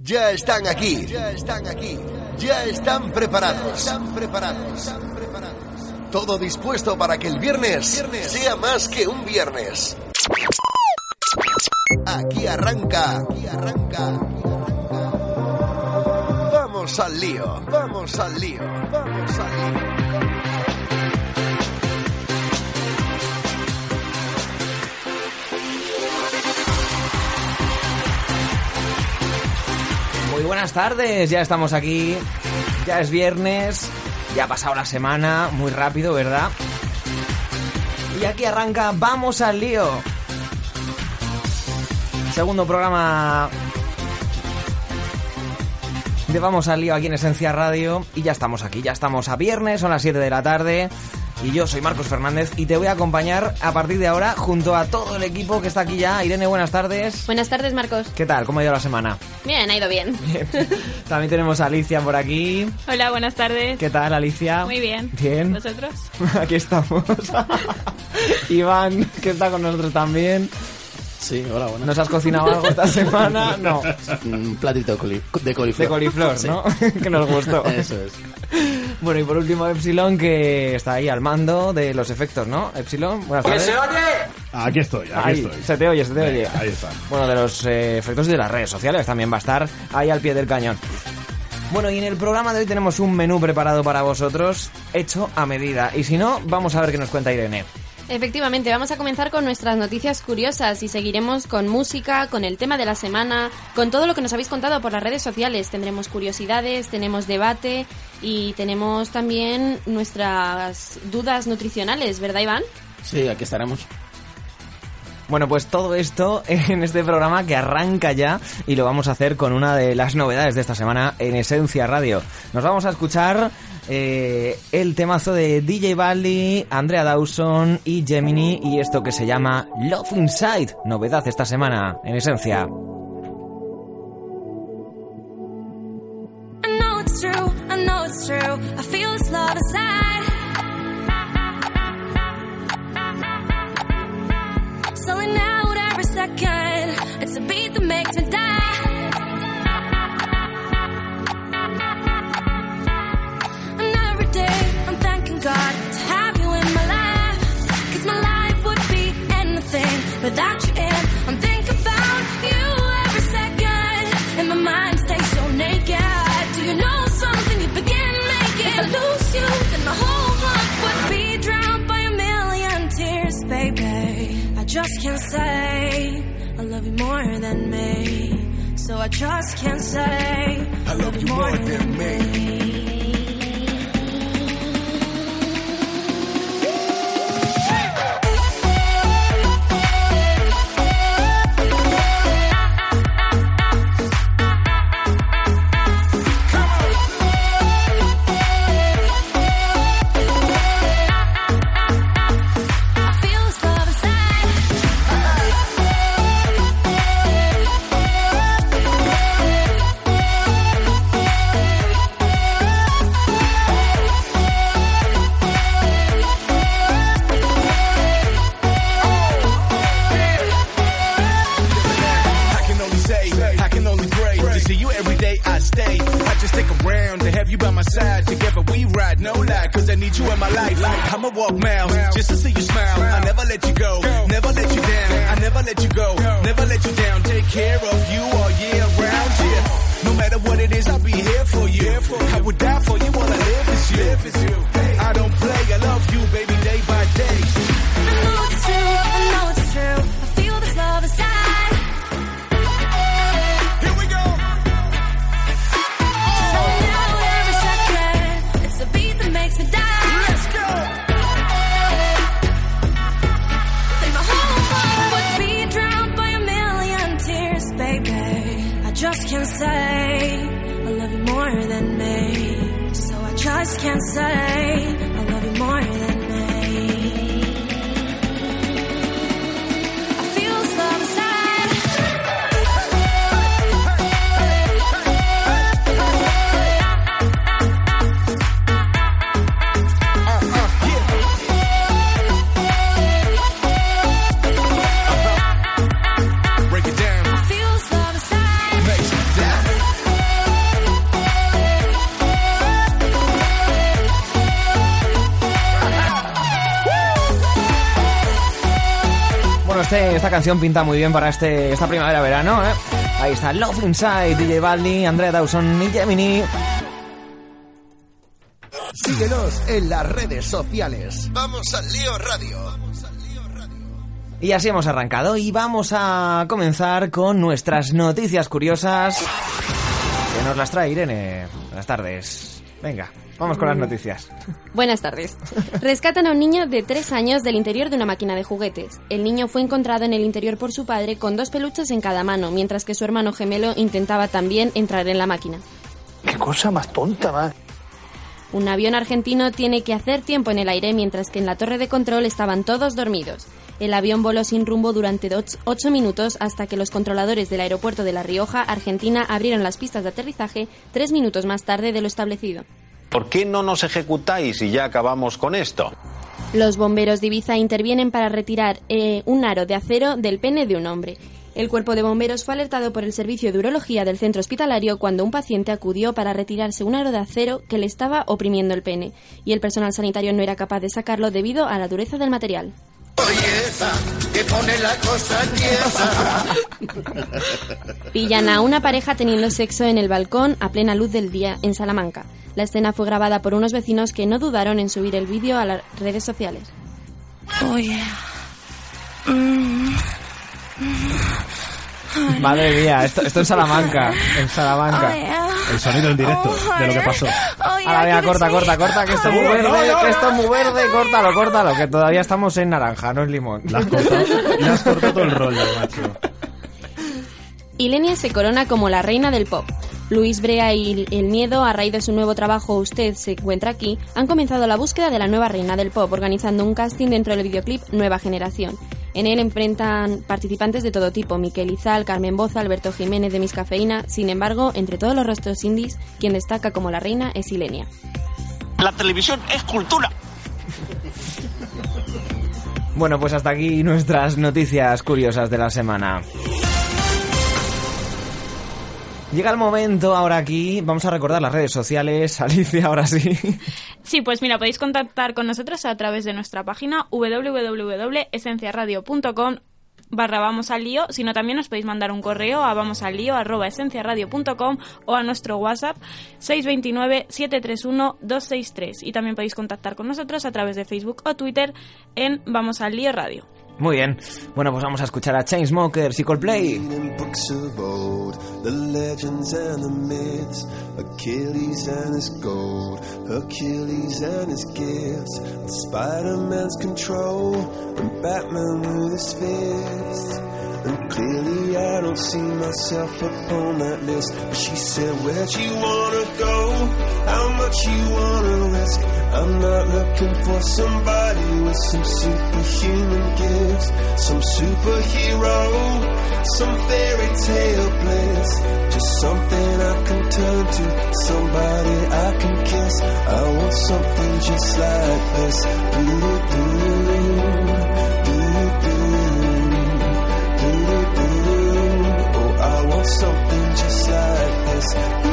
Ya están aquí, ya están preparados. Todo dispuesto para que el viernes sea más que un viernes. Aquí arranca. Vamos al lío. Muy buenas tardes, ya estamos aquí, ya es viernes, ya ha pasado la semana, muy rápido, ¿verdad? Y aquí arranca Vamos al lío. Segundo programa de Vamos al lío aquí en Esencia Radio. Y ya estamos aquí, ya estamos a viernes, son las 7 de la tarde. Y yo soy Marcos Fernández y te voy a acompañar a partir de ahora junto a todo el equipo que está aquí ya. Irene, buenas tardes. Buenas tardes, Marcos. ¿Qué tal? ¿Cómo ha ido la semana? Bien, ha ido bien. También tenemos a Alicia por aquí. Hola, buenas tardes. ¿Qué tal, Alicia? Muy bien. Bien. ¿Vosotros? Aquí estamos. Iván, que está con nosotros también. Sí, hola, buenas. ¿Nos has cocinado algo esta semana? No. Un platito de coliflor. De coliflor, sí. ¿no? Que nos gustó. Eso es. Bueno, y por último Epsilon, que está ahí al mando de los efectos, ¿no? Epsilon, buenas tardes. ¡Que se oye! Aquí estoy. Se te oye. Ahí está. Bueno, de los efectos de las redes sociales también va a estar ahí al pie del cañón. Bueno, y en el programa de hoy tenemos un menú preparado para vosotros, hecho a medida. Y si no, vamos a ver qué nos cuenta Irene. Efectivamente, vamos a comenzar con nuestras noticias curiosas y seguiremos con música, con el tema de la semana, con todo lo que nos habéis contado por las redes sociales. Tendremos curiosidades, tenemos debate y tenemos también nuestras dudas nutricionales, ¿verdad, Iván? Sí, aquí estaremos. Bueno, pues todo esto en este programa que arranca ya y lo vamos a hacer con una de las novedades de esta semana en Esencia Radio. Nos vamos a escuchar el temazo de DJ Baldi, Andrea Dawson y Gemini y esto que se llama Love Inside, novedad esta semana en Esencia. I know it's true, I feel this love inside. Selling out every second, it's a beat that makes me die. And every day I'm thanking God to have you in my life, 'cause my life would be anything without you in. I'm thinking about you every second, and my mind stays so naked. Do you know something? You begin making. If I lose you, then my whole world would be drowned by a million tears, baby. I just can't say I love you more than me. So I just can't say I love you more than me. I'ma walk miles just to see you smile. I never let you go, never let you down. I never let you go, never let you down. Take care of you all year round, yeah. No matter what it is, I'll be here for you. I would die for you, all I live is you. I don't play, I love you, baby, day by day. I know it's true, I feel this love inside. Here we go. Selling out every second, it's a beat that makes me die. Let's go. Think my whole world would be drowned by a million tears, baby. I just can't say I love you more than me. So I just can't say I love you more than me. I feel this love inside. Break it down. I feel this love inside. Makes it down. Bueno, esta canción pinta muy bien para esta primavera-verano, ¿eh? Ahí está Love Inside, DJ Baldi, Andrea Dawson y Gemini. Síguenos en las redes sociales. Vamos al Lío Radio. Y así hemos arrancado y vamos a comenzar con nuestras noticias curiosas que nos las trae Irene. Buenas tardes. Venga, vamos con las noticias. Buenas tardes. Rescatan a un niño de 3 años del interior de una máquina de juguetes. El niño fue encontrado en el interior por su padre con 2 peluches en cada mano, mientras que su hermano gemelo intentaba también entrar en la máquina. ¡Qué cosa más tonta, madre! Un avión argentino tiene que hacer tiempo en el aire, mientras que en la torre de control estaban todos dormidos. El avión voló sin rumbo durante 8 minutos hasta que los controladores del aeropuerto de La Rioja, Argentina, abrieron las pistas de aterrizaje 3 minutos más tarde de lo establecido. ¿Por qué no nos ejecutáis y ya acabamos con esto? Los bomberos de Ibiza intervienen para retirar un aro de acero del pene de un hombre. El cuerpo de bomberos fue alertado por el servicio de urología del centro hospitalario cuando un paciente acudió para retirarse un aro de acero que le estaba oprimiendo el pene, y el personal sanitario no era capaz de sacarlo debido a la dureza del material. Que pone la cosa Pillan a una pareja teniendo sexo en el balcón a plena luz del día en Salamanca. La escena fue grabada por unos vecinos que no dudaron en subir el vídeo a las redes sociales. Oh, yeah. Madre mía, esto en Salamanca. En Salamanca. Oh, yeah. El sonido en directo de lo que pasó. Ahora venga, corta, que esto es muy verde, córtalo, que todavía estamos en naranja, no en limón. Le has cortado todo el rollo, macho. Ilenia se corona como la reina del pop. Luis Brea y El Miedo, a raíz de su nuevo trabajo Usted se encuentra aquí, han comenzado la búsqueda de la nueva reina del pop, organizando un casting dentro del videoclip Nueva Generación. En él enfrentan participantes de todo tipo: Miquel Izal, Carmen Boza, Alberto Jiménez de Miss Cafeína. Sin embargo, entre todos los rostros indies, quien destaca como la reina es Ilenia. La televisión es cultura. Bueno, pues hasta aquí nuestras noticias curiosas de la semana. Llega el momento, ahora aquí, vamos a recordar las redes sociales. Alicia, ahora sí. Sí, pues mira, podéis contactar con nosotros a través de nuestra página www.esenciaradio.com/vamosalío, sino también os podéis mandar un correo a vamosalío@esenciaradio.com o a nuestro WhatsApp 629-731-263, y también podéis contactar con nosotros a través de Facebook o Twitter en Vamos al Lío Radio. Muy bien, bueno, pues vamos a escuchar a Chainsmokers y Coldplay. The legends and the myths, Achilles and his gold, Hercules and his gifts, and Spider-Man's control, and Batman with his fists. And clearly I don't see myself upon that list. But she said, where'd you wanna go? How much you wanna risk? I'm not looking for somebody with some superhuman gifts, some superhero, some fairy tale bliss. Just something I can turn to, somebody I can kiss. I want something just like this. Oh, I want something just like this.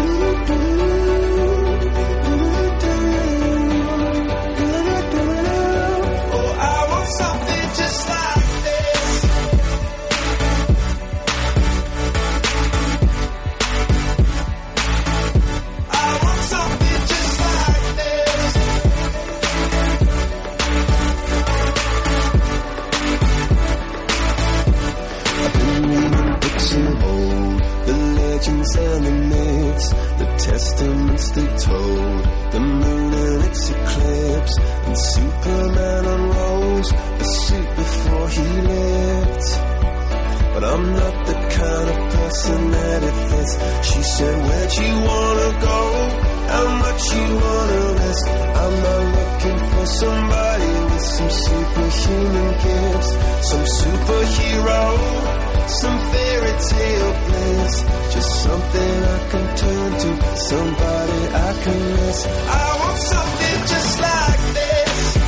And the myths, the testaments they told, the moon and its eclipse, and Superman unrolls the suit before he lived. But I'm not the kind of person that it fits. She said, where'd you wanna go? How much you wanna risk? I'm not looking for somebody with some superhuman gifts, some superhero, some fairy tale bliss. Just something I can turn to, somebody I can miss. I want something just like this.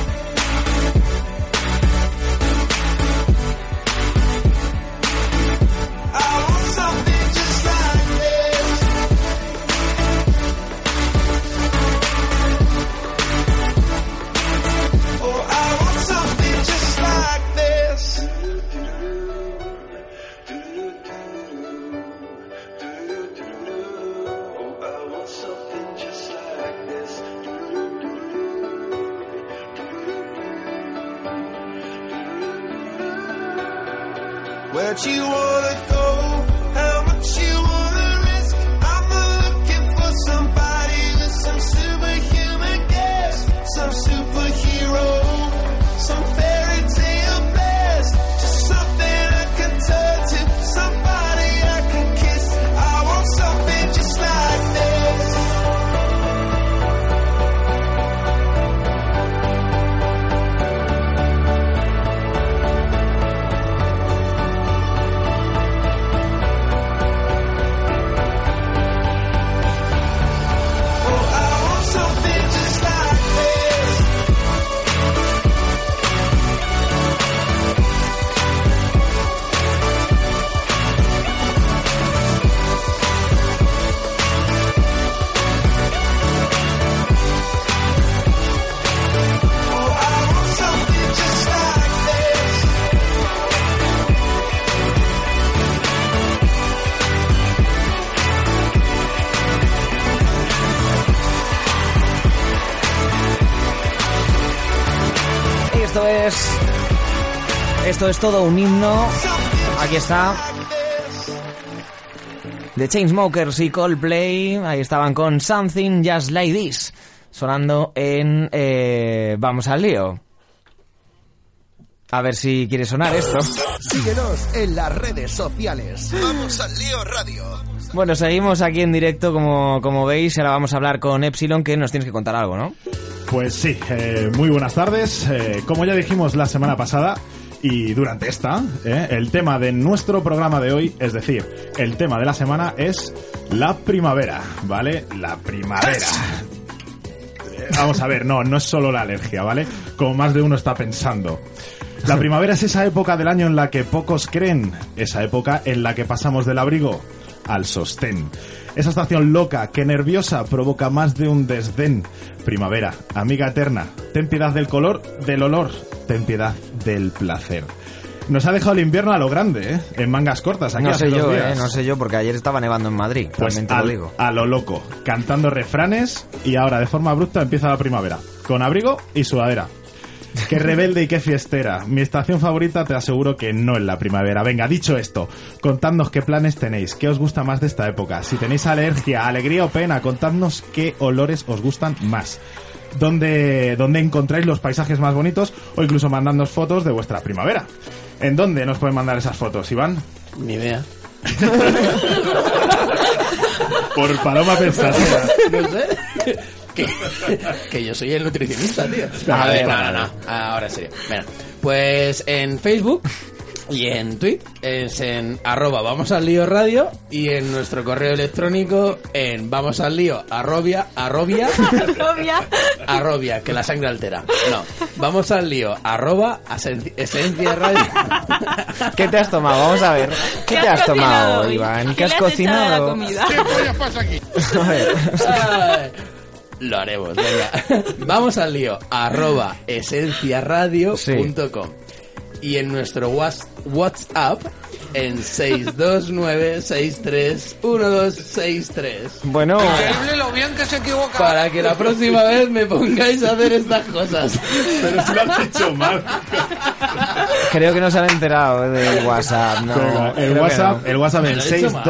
I want something just like this. Oh, I want something just like this. Where'd you wanna go? How much you wanna risk? I'm looking for somebody with some superhuman gifts, some superhero, some fairy tale best, just something I can turn to, somebody I can kiss. I want something just like this. Esto es todo un himno. Aquí está The Chainsmokers y Coldplay. Ahí estaban con Something Just Like This, sonando en Vamos al lío. A ver si quiere sonar esto. Síguenos en las redes sociales. Vamos al lío radio. Bueno, seguimos aquí en directo, como veis. Ahora vamos a hablar con Epsilon, que nos tienes que contar algo, ¿no? Pues sí, muy buenas tardes. Como ya dijimos la semana pasada y durante esta, el tema de nuestro programa de hoy, es decir, el tema de la semana es la primavera, ¿vale? La primavera. Vamos a ver, no es solo la alergia, ¿vale? Como más de uno está pensando. La primavera es esa época del año en la que pocos creen, esa época en la que pasamos del abrigo al sostén. Esa estación loca que nerviosa provoca más de un desdén. Primavera, amiga eterna, ten piedad del color, del olor, ten piedad del placer. Nos ha dejado el invierno a lo grande, en mangas cortas. Aquí no hace sé yo, 2 días. no sé yo, porque ayer estaba nevando en Madrid, pues también te lo digo. A lo loco, cantando refranes, y ahora de forma abrupta empieza la primavera, con abrigo y sudadera. Qué rebelde y qué fiestera. Mi estación favorita te aseguro que no es la primavera. Venga, dicho esto, contadnos qué planes tenéis, qué os gusta más de esta época. Si tenéis alergia, alegría o pena, contadnos qué olores os gustan más. ¿Dónde encontráis los paisajes más bonitos? O incluso mandadnos fotos de vuestra primavera. ¿En dónde nos pueden mandar esas fotos, Iván? Ni idea. Por paloma pensativa. No sé. Que yo soy el nutricionista, tío. A ver, no. Ahora en serio. Mira, pues en Facebook y en Twitter es en @vamosalío_radio y en nuestro correo electrónico en vamosalío@arrobia, que la sangre altera. No, vamosalío @esencia radio. ¿Qué te has tomado? Vamos a ver. ¿Qué te has tomado, hoy? Iván? ¿Qué has le has echado a la cocinado? comida? ¿Qué pollas pasa aquí? A ver. Ay, lo haremos, venga. Vamos al lío, @esenciaradio.com. Y en nuestro WhatsApp en 629631263. Bueno, Increíble lo bien que se equivoca. Para que la próxima vez me pongáis a hacer estas cosas. Pero si lo has hecho mal. creo que no se han enterado del WhatsApp. No, Venga, el creo WhatsApp, que no. el WhatsApp es Me lo he dicho mal.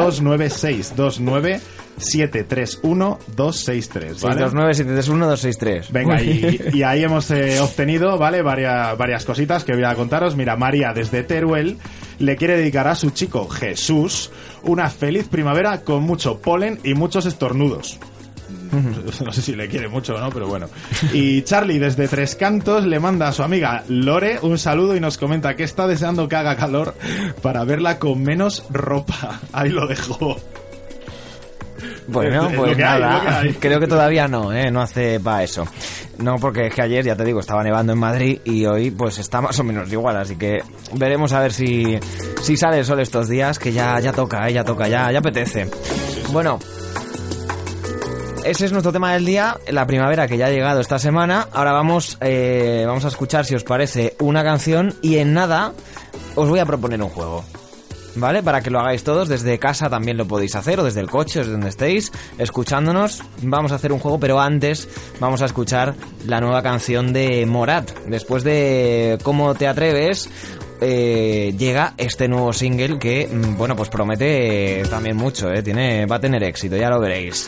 629629731-263, ¿vale? 629-731-263. Venga, y ahí hemos obtenido, ¿vale? Varias cositas que voy a contaros. Mira, María desde Teruel le quiere dedicar a su chico Jesús una feliz primavera con mucho polen y muchos estornudos. No sé si le quiere mucho o no, pero bueno. Y Charlie desde Tres Cantos le manda a su amiga Lore un saludo y nos comenta que está deseando que haga calor para verla con menos ropa. Ahí lo dejo. Bueno, Es pues lo que hay, nada, lo que hay. creo que todavía no, no hace para eso. No, porque es que ayer, ya te digo, estaba nevando en Madrid y hoy pues está más o menos igual, así que veremos a ver si sale el sol estos días, que ya toca, ya apetece. Bueno, ese es nuestro tema del día, la primavera que ya ha llegado esta semana. Ahora vamos a escuchar, si os parece, una canción y en nada os voy a proponer un juego. ¿Vale? Para que lo hagáis todos, desde casa también lo podéis hacer, o desde el coche, o desde donde estéis, escuchándonos. Vamos a hacer un juego, pero antes vamos a escuchar la nueva canción de Morat. Después de ¿Cómo te atreves? llega este nuevo single que, bueno, pues promete también mucho, va a tener éxito, ya lo veréis.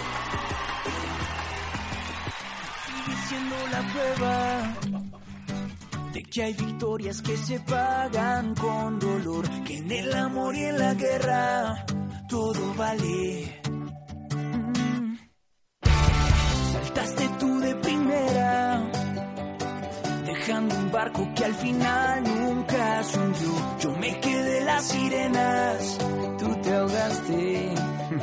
Siendo la prueba de que hay victorias que se pagan con dolor, que en el amor y en la guerra todo vale. Saltaste tú de primera, dejando un barco que al final nunca se hundió. Yo me quedé las sirenas, tú te ahogaste.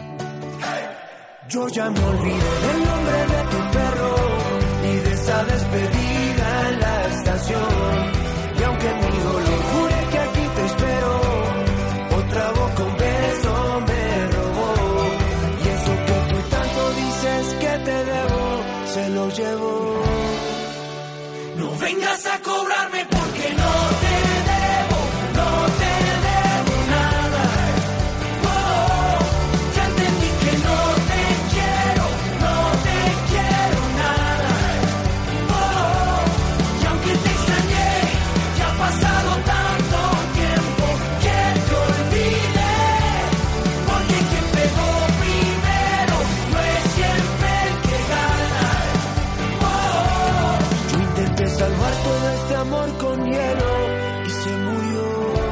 Yo ya me olvidé del nombre de tu perro y de esa despedida en la estación. Y aunque mi dolor jure que aquí te espero, otra boca un beso me robó. Y eso que tú tanto dices que te debo, se lo llevo. No vengas a cobrarme porque no te debo, no te debo nada. Oh, ya entendí que no te quiero, no te quiero nada. Oh, y aunque te extrañé, ya ha pasado tanto tiempo que te olvidé. Porque quien pegó primero no es siempre el que gana. Oh, yo intenté salvar todo este amor con hielo y se murió.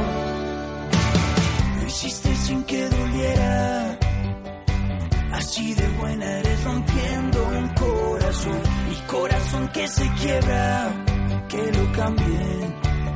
Lo hiciste sin que doliera. Así de buena eres rompiendo un corazón. Mi corazón que se quiebra, que lo cambien.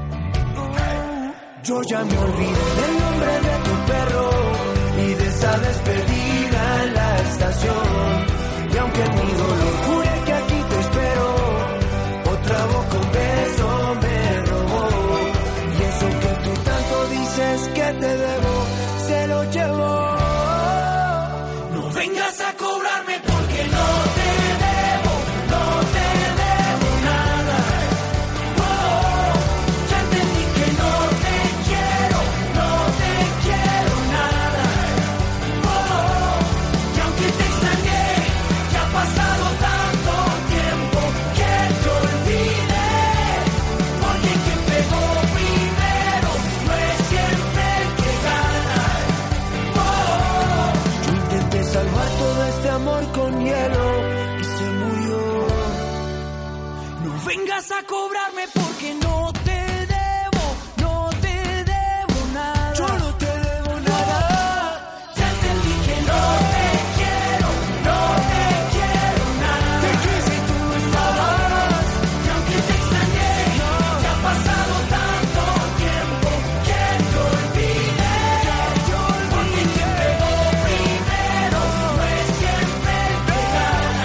Yo ya me olvidé del nombre de tu perro y de esa despedida en la estación. Y aunque mi dolor jure que aquí te espero, otra boca un beso me robó. Y eso que tú tanto dices que te debo, se lo llevo. No vengas a cobrarme porque no te debo, no te debo nada. Oh, ya entendí que no te quiero, no te quiero nada. Oh, y aunque te extrañé, ya ha pasado tanto tiempo que te olvidé. Porque quien pegó primero no es siempre el que gana. Oh, yo intenté salvar todo este amor con hielo y se murió. No vengas a cobrarme porque no te debo, no te debo nada. Yo no te debo nada. Ya entendí que no te quiero, no te quiero nada. Te quise y tú no estabas. Y aunque te extrañé, ya ha pasado tanto tiempo que te olvidé. Porque quien pegó primero no es siempre el que gana.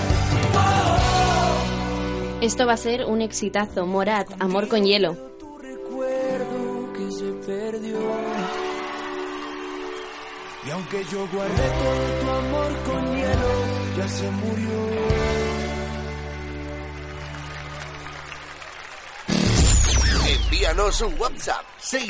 Oh. Esto va a ser un exitazo. Morat, Amor con hielo. Tu recuerdo que se perdió. Y aunque yo guardé todo tu amor con hielo, ya se murió. Envíanos un WhatsApp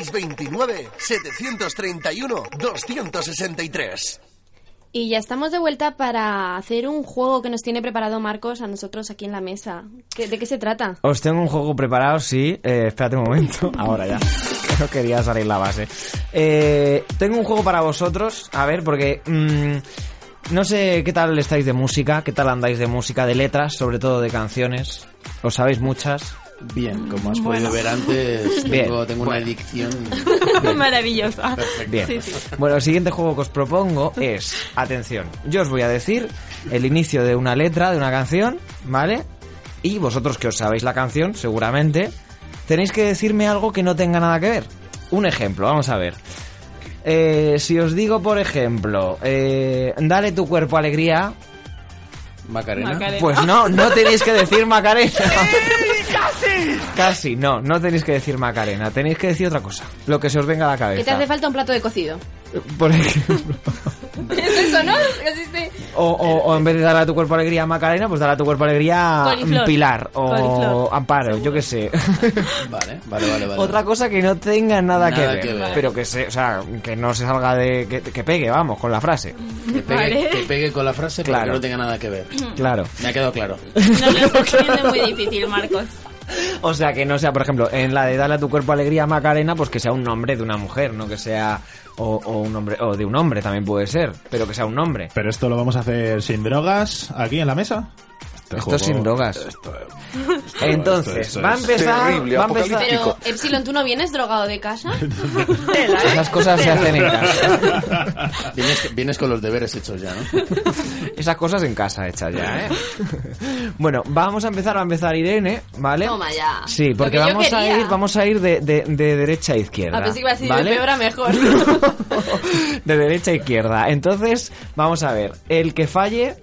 629-731-263. Y ya estamos de vuelta para hacer un juego que nos tiene preparado Marcos a nosotros aquí en la mesa. ¿De qué se trata? Os tengo un juego preparado, sí. Espérate un momento. Ahora ya. No quería salir la base. Tengo un juego para vosotros. A ver, porque... no sé qué tal estáis de música, qué tal andáis de música, de letras, sobre todo de canciones. ¿Os sabéis muchas? Bien, como has podido ver antes, tengo una adicción maravillosa. Bien. Sí, sí. Bueno, el siguiente juego que os propongo es, atención, yo os voy a decir el inicio de una letra de una canción, ¿vale? Y vosotros que os sabéis la canción, seguramente, tenéis que decirme algo que no tenga nada que ver. Un ejemplo, vamos a ver. Si os digo, por ejemplo, dale tu cuerpo alegría... ¿Macarena? Pues no tenéis que decir Macarena. Casi, no tenéis que decir Macarena. Tenéis que decir otra cosa, lo que se os venga a la cabeza. ¿Qué te hace falta? Un plato de cocido. Por ejemplo. Es eso, ¿no? Existe. O en vez de darle a tu cuerpo alegría a Macarena, pues darle a tu cuerpo alegría Coliflor. Pilar o Coliflor. Amparo, yo qué sé. Vale. Otra cosa que no tenga nada que Nada ver, que ver. pero que se, o sea, que no se salga de que pegue, vamos, con la frase. Que pegue con la frase, pero Claro. que no tenga nada que ver. Claro. Me ha quedado claro. Nos lo estás poniendo muy difícil, Marcos. O sea, que no sea, por ejemplo, en la de Dale a tu cuerpo alegría, Macarena, pues que sea un nombre de una mujer, no que sea... O un nombre, o de un hombre también puede ser, pero que sea un nombre. Pero esto lo vamos a hacer sin drogas aquí en la mesa. Esto es sin drogas. Entonces, va a empezar... terrible, va a empezar... Pero, Epsilon, ¿tú no vienes drogado de casa? Esas cosas se hacen en casa. Vienes con los deberes hechos ya, ¿no? Esas cosas en casa hechas ya, ¿eh? Bueno, va a empezar Irene, ¿vale? Toma ya. Sí, porque Lo que yo vamos a ir de derecha a izquierda. A ver si iba a decir ¿vale? de peor a mejor. De derecha a izquierda. Entonces, vamos a ver. El que falle...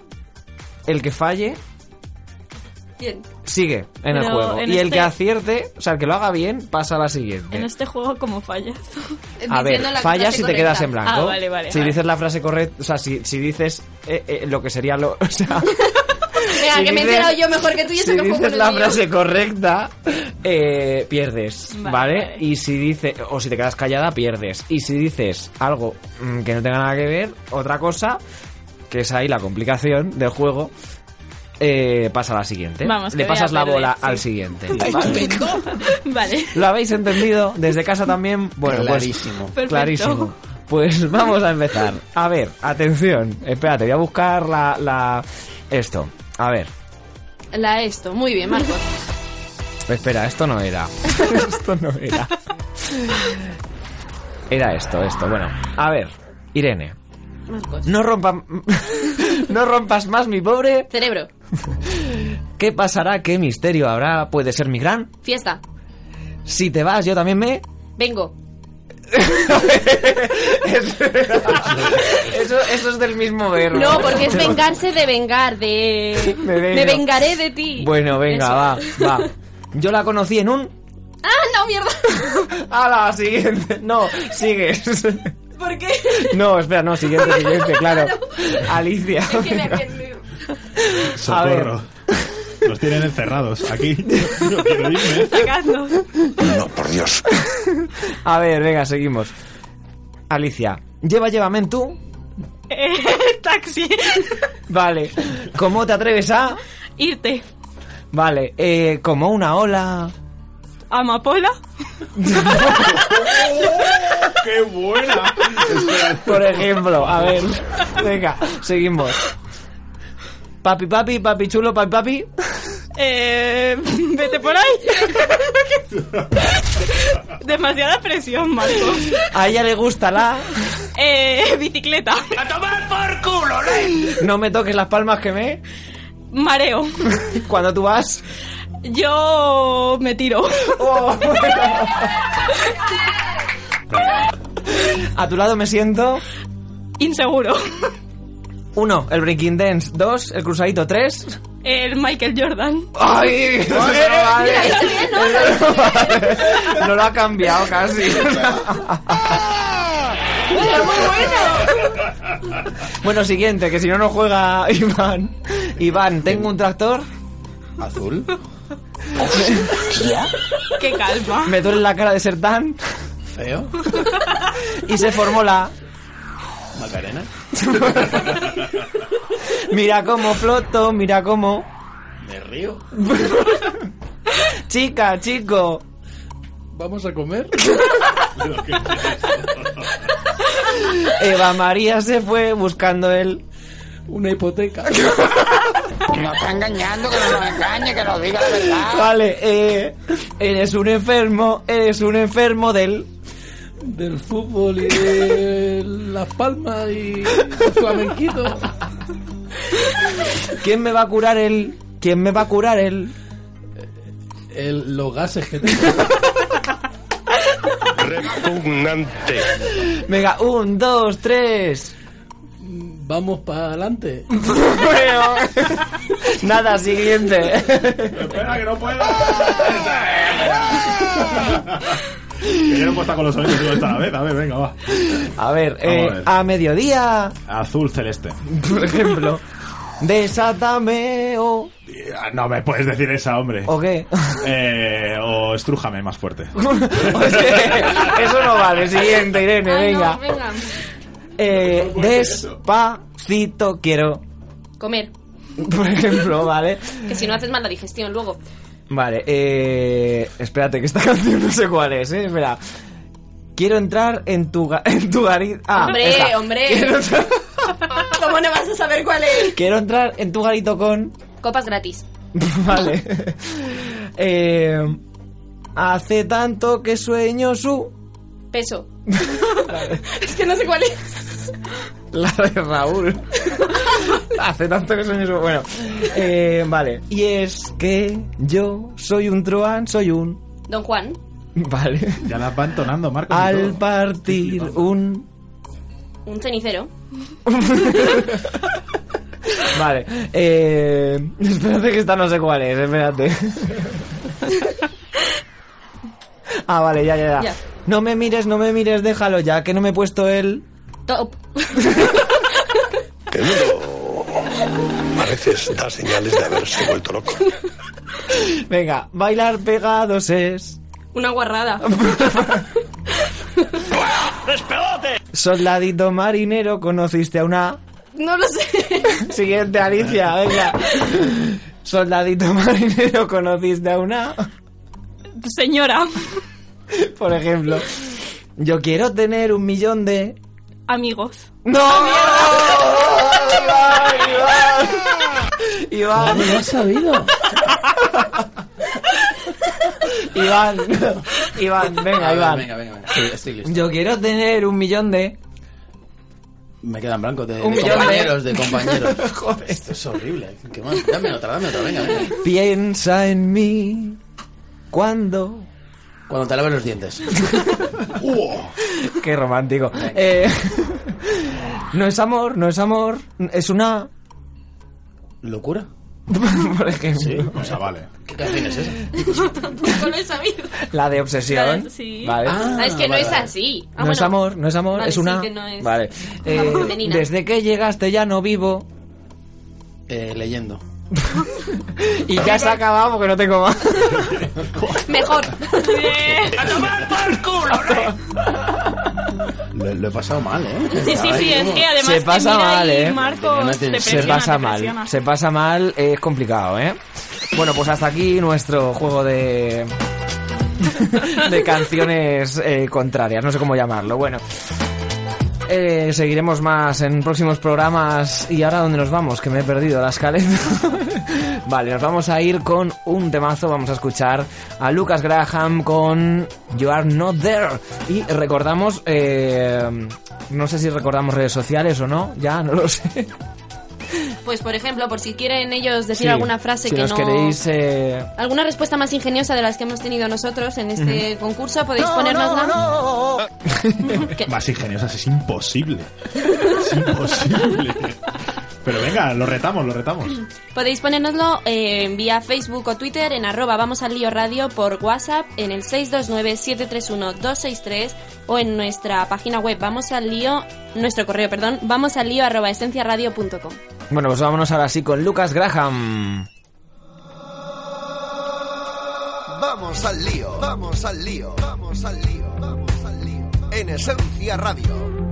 Bien. Sigue en el Pero juego. en Y el este- que acierte, o sea, el que lo haga bien, pasa a la siguiente. En este juego, ¿cómo fallas? A ver, Diciendo la fallas frase si te correcta. quedas en blanco. Ah, vale. Si dices la frase correcta, o sea, si dices lo que sería lo... O sea, Venga, si que me he dices- enterado yo mejor que tú y eso si que juego dices con la el mío. frase correcta, pierdes, ¿vale? Vale. Y si dices... O si te quedas callada, pierdes. Y si dices algo que no tenga nada que ver, otra cosa, que es ahí la complicación del juego... pasa a la siguiente. Vamos, le que voy pasas a la perder, bola sí. al siguiente. Vale. ¿Lo habéis entendido? Desde casa también. Bueno, Clarísimo. Pues, Perfecto. clarísimo. Pues vamos a empezar. A ver, atención. Espérate, voy a buscar esto. A ver. Esto. Muy bien, Marcos. Espera, esto no era. Esto no era. Era esto. Bueno, a ver, Irene. Marcos. No rompas más mi pobre. Cerebro. ¿Qué pasará? ¿Qué misterio habrá? ¿Puede ser mi gran? Fiesta. Si te vas, yo también me... Vengo. Eso es del mismo verbo. No, porque es vengarse de vengar, de... Me vengaré de ti. Bueno, venga, Eso. va. Yo la conocí en un... ¡Ah, no, mierda! ¡A la siguiente! No, sigues. ¿Por qué? No, espera, no, siguiente, claro. Alicia. Es que me acuerdo. Socorro. Nos tienen encerrados aquí. No quiero irme. Sacadnos. No, por Dios. A ver, venga, seguimos. Alicia. Llévame en tú. Taxi. Vale. ¿Cómo te atreves a...? Irte. Vale. Como una ola... Amapola. ¡Qué buena! Por ejemplo, a ver. Venga, seguimos. Papi chulo, papi. Vete por ahí. Demasiada presión, Marcos. A ella le gusta la... Bicicleta. ¡A tomar por culo, Ley! No me toques las palmas que me... Mareo. Cuando tú vas... Yo me tiro. Oh. A tu lado me siento... Inseguro. 1, el breaking dance. 2, el cruzadito. 3... El Michael Jordan. ¡Ay! Eso no vale. Eso no vale. No lo ha cambiado casi. Bueno, siguiente, que si no, no juega Iván. Iván, tengo un tractor. ¿Azul? ¡Qué calma! Me duele la cara de ser tan... ¿Feo? Y se formó la... ¿Macarena? Mira cómo floto, mira cómo... ¿Me río? Chica, chico. ¿Vamos a comer? Eva María se fue buscando él. Una hipoteca. Nos está engañando, que no nos engañe, que nos diga la verdad. Vale, eres un enfermo del fútbol y de Las Palmas y el flamenquito. ¿Quién me va a curar él? Los gases que tengo. Repugnante. Venga, 1, 2, 3. Vamos para adelante. Bueno, nada, siguiente. Espera, que no puedo. Que yo no puedo estar con los oídos esta la vez. A ver, venga, va. A ver, Vamos a ver. a mediodía, Azul celeste. por ejemplo. Desátame o... No me puedes decir esa, hombre. ¿O qué? O estrújame más fuerte. Eso no vale. Siguiente, Irene, Ay, venga. no, venga. Despacito quiero... Comer. Por ejemplo, ¿vale? Que si no haces mal la digestión luego. Vale, espérate, que esta canción no sé cuál es, espera. Quiero entrar en tu garito... Hombre. ¿Cómo no vas a saber cuál es? Quiero entrar en tu garito con... Copas gratis. Vale. Hace tanto que sueño su... Peso. Es que no sé cuál es. La de Raúl. Hace tanto que sueño su... Bueno, vale. Y es que yo soy un truán, soy un... Don Juan. Vale. Ya las va entonando, Marcos. Al partir un cenicero. Vale. Espérate que esta no sé cuál es, espérate. Vale, ya. No me mires, déjalo ya, que no me he puesto el... Top. Que no. A veces da señales de haberse vuelto loco. Venga, bailar pegados es... Una guarrada. ¡Despegote! Soldadito marinero, conociste a una... No lo sé. Siguiente, Alicia, venga. Soldadito marinero, conociste a una... Señora. Por ejemplo. Yo quiero tener 1 millón de... Amigos. ¡No! ¡Iván! ¿Cómo lo has sabido? Iván, venga, Iván. Venga. Sí, estoy listo. Yo quiero tener 1 millón de... Me quedan blancos de millón compañeros. Joder. Esto es horrible. ¿Qué más? Dame otra, venga. Piensa en mí cuando te laves los dientes. Qué romántico. No es amor, es una... ¿Locura? Por ejemplo. Sí, o sea, vale. ¿Qué canción es esa? Tampoco lo he sabido. La de obsesión. Sí. Vale. Es que no es así. No es amor, Vale, es una... sí, que no es... Vale. femenina. Desde que llegaste ya no vivo. Leyendo. Y ya se ha acabado porque no tengo más. Mejor. ¡A tomar por culo, Lo he pasado mal, ¿eh? Sí, es que además se pasa mal, Marcos, se pasa mal, es complicado, ¿eh? Bueno, pues hasta aquí nuestro juego de canciones contrarias, no sé cómo llamarlo. Bueno, seguiremos más en próximos programas. ¿Y ahora dónde nos vamos? Que me he perdido la escaleta. Vale, nos vamos a ir con un temazo. Vamos a escuchar a Lucas Graham con You Are Not There. Y recordamos, no sé si recordamos redes sociales o no, ya no lo sé. Pues por ejemplo, por si quieren ellos decir alguna frase si que nos no... queréis... Alguna respuesta más ingeniosa de las que hemos tenido nosotros en este concurso, podéis ponernosla. No. Más ingeniosas, es imposible. Es imposible. Pero venga, lo retamos. Podéis ponérnoslo vía Facebook o Twitter en @vamosalío_radio, por WhatsApp en el 629-731-263 o en nuestra página web nuestro correo, vamosalío@esenciaradio.com. Bueno, pues vámonos ahora sí con Lucas Graham. Vamos al lío. En Esencia Radio.